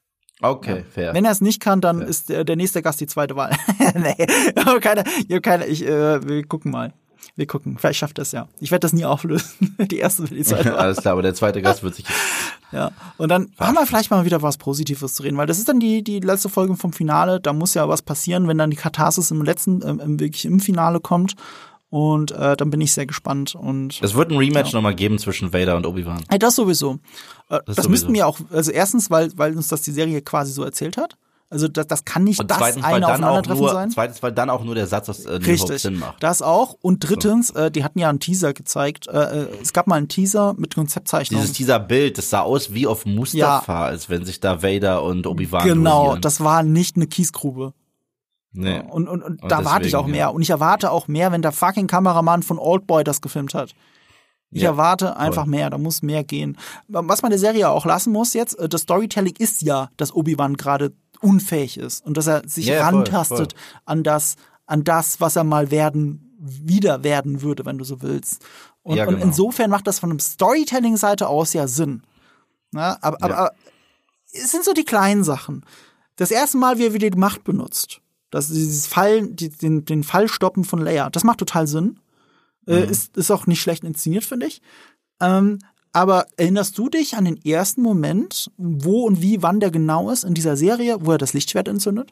Okay, fair. Wenn er es nicht kann, dann Ja. ist der, der nächste Gast die zweite Wahl. nee, aber keine, ich hab keine, ich, äh, wir gucken mal. Wir gucken, vielleicht schafft er es ja. Ich werde das nie auflösen. Die erste will die zweite Wahl. Alles klar, aber der zweite Gast wird sich Ja, und dann haben wir vielleicht mal wieder was Positives zu reden, weil das ist dann die die letzte Folge vom Finale. Da muss ja was passieren, wenn dann die Katharsis im letzten, ähm, im, wirklich im Finale kommt. Und äh, dann bin ich sehr gespannt. Und Es wird ein Rematch Ja. nochmal geben zwischen Vader und Obi-Wan. hey, das sowieso. Äh, das Das müssten sowieso. wir auch, also erstens, weil weil uns das die Serie quasi so erzählt hat. Also das, das kann nicht Und das zweitens, weil eine dann auch Aufeinandertreffen nur, sein. zweitens, weil dann auch nur der Satz aus äh, New Hope Richtig, Sinn macht. das auch. Und drittens, äh, die hatten ja einen Teaser gezeigt. Äh, äh, es gab mal einen Teaser mit Konzeptzeichnungen. Dieses Teaser-Bild, das sah aus wie auf Mustafa, als wenn sich da Vader und Obi-Wan Genau, duellieren. das war nicht eine Kiesgrube. Nee. Und, und, und, Und da warte ich deswegen, auch mehr. ja. Und ich erwarte auch mehr, wenn der fucking Kameramann von Oldboy das gefilmt hat. Ich Ja, erwarte einfach voll. mehr, da muss mehr gehen. Was man der Serie auch lassen muss jetzt, äh, das Storytelling ist ja, dass Obi-Wan gerade unfähig ist und dass er sich Ja, voll, rantastet an das, an das, was er mal werden, wieder werden würde, wenn du so willst. Und, Ja, und genau. insofern macht das von einem Storytelling-Seite aus ja Sinn. Na, aber, Ja. aber, aber es sind so die kleinen Sachen. Das erste Mal, wie er wieder die Macht benutzt. Das dieses Fall, die, den, den Fallstoppen von Leia. Das macht total Sinn. Mhm. Äh, ist, ist auch nicht schlecht inszeniert, finde ich. Ähm, aber erinnerst du dich an den ersten Moment, wo und wie, wann der genau ist in dieser Serie, wo er das Lichtschwert entzündet?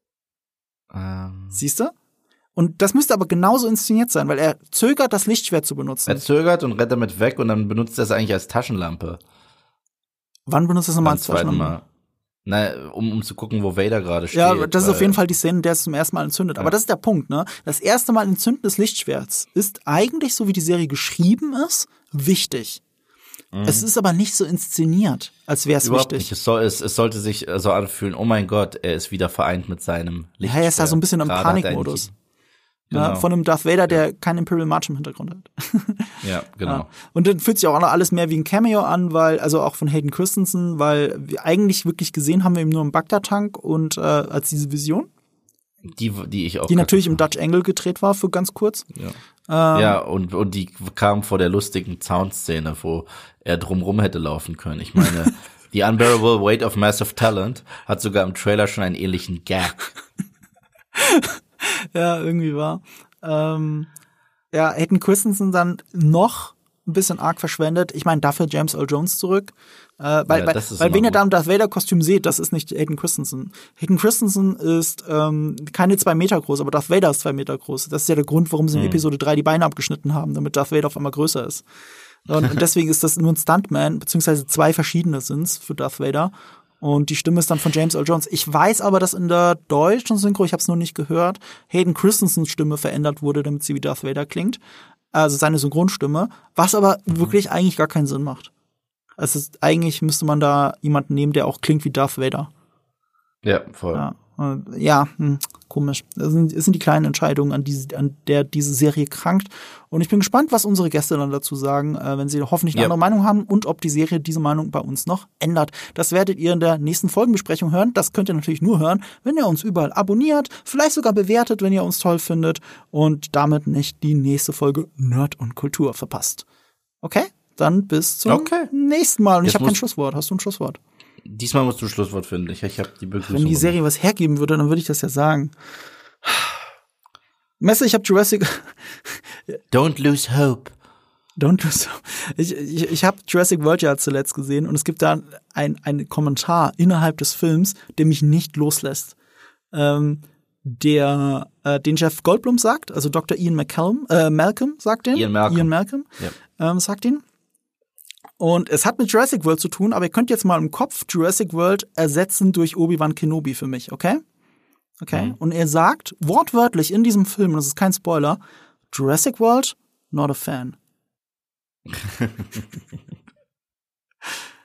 Ähm, Siehst du? Und das müsste aber genauso inszeniert sein, weil er zögert, das Lichtschwert zu benutzen. er zögert und rennt damit weg und dann benutzt er es eigentlich als Taschenlampe. Wann benutzt er es nochmal Beim als zweiten Taschenlampe? Mal. Na, um, um zu gucken, wo Vader gerade steht. Ja, das ist auf weil- jeden Fall die Szene, in der es zum ersten Mal entzündet. Aber Ja. das ist der Punkt, ne? Das erste Mal Entzünden des Lichtschwerts ist eigentlich, so wie die Serie geschrieben ist, wichtig. Mhm. Es ist aber nicht so inszeniert, als wäre es Überhaupt wichtig. nicht. Es, soll, es, es sollte sich äh, so anfühlen, oh mein Gott, er ist wieder vereint mit seinem Licht. Ja, er ist da so ein bisschen im Panikmodus. Ja, Genau. von einem Darth Vader, der kein Imperial March im Hintergrund hat. Ja, genau. Ja. Und dann fühlt sich auch alles mehr wie ein Cameo an, weil, also auch von Hayden Christensen, weil wir eigentlich wirklich gesehen haben wir ihn nur im Bagdad-Tank und äh, als diese Vision, Die, die ich auch. die natürlich im Dutch Angle gedreht war für ganz kurz. Ja. Ähm, Ja, und, und die kam vor der lustigen Soundszene, wo er drumrum hätte laufen können. Ich meine, The Unbearable Weight of Massive Talent hat sogar im Trailer schon einen ähnlichen Gag. Ja, irgendwie war. Ähm, ja, Hayden Christensen dann noch ein bisschen arg verschwendet. Ich meine, dafür James Earl Jones zurück. Äh, weil, Ja, weil, das ist weil immer wenn ihr gut. da im Darth Vader-Kostüm seht, das ist nicht Hayden Christensen. Hayden Christensen ist ähm, keine zwei Meter groß, aber Darth Vader ist zwei Meter groß. Das ist ja der Grund, warum sie in Hm. Episode drei die Beine abgeschnitten haben, damit Darth Vader auf einmal größer ist. Und, und deswegen ist das nur ein Stuntman, beziehungsweise zwei verschiedene sind's für Darth Vader. Und die Stimme ist dann von James Earl Jones. Ich weiß aber, dass in der deutschen Synchro, ich habe es noch nicht gehört, Hayden Christensens Stimme verändert wurde, damit sie wie Darth Vader klingt. Also seine Synchronstimme, was aber mhm. wirklich eigentlich gar keinen Sinn macht. Also es, eigentlich müsste man da jemanden nehmen, der auch klingt wie Darth Vader. Ja, voll. Ja, und, ja hm, komisch. Das sind, das sind die kleinen Entscheidungen, an, die, an der diese Serie krankt. Und ich bin gespannt, was unsere Gäste dann dazu sagen, äh, wenn sie hoffentlich eine Ja. andere Meinung haben und ob die Serie diese Meinung bei uns noch ändert. Das werdet ihr in der nächsten Folgenbesprechung hören. Das könnt ihr natürlich nur hören, wenn ihr uns überall abonniert, vielleicht sogar bewertet, wenn ihr uns toll findet und damit nicht die nächste Folge Nerd und Kultur verpasst. Okay? Dann bis zum Okay. nächsten Mal. Und Jetzt ich habe kein muss- Schlusswort. Hast du ein Schlusswort? Diesmal musst du ein Schlusswort finden. Ich, ich habe die Begrüßung. Wenn die gemacht. Serie was hergeben würde, dann würde ich das ja sagen. Messe, ich habe Jurassic Don't lose hope. Don't lose. Ich, ich, ich habe Jurassic World ja zuletzt gesehen und es gibt da ein, ein Kommentar innerhalb des Films, der mich nicht loslässt. Ähm, der, äh, den Jeff Goldblum sagt, also Doktor Ian McCallum, äh, Malcolm sagt den. Ian Malcolm. Ian Malcolm Ja. ähm, sagt ihn. Und es hat mit Jurassic World zu tun, aber ihr könnt jetzt mal im Kopf Jurassic World ersetzen durch Obi-Wan Kenobi für mich, okay? Okay? Mhm. Und er sagt wortwörtlich in diesem Film, und das ist kein Spoiler, Jurassic World, not a fan.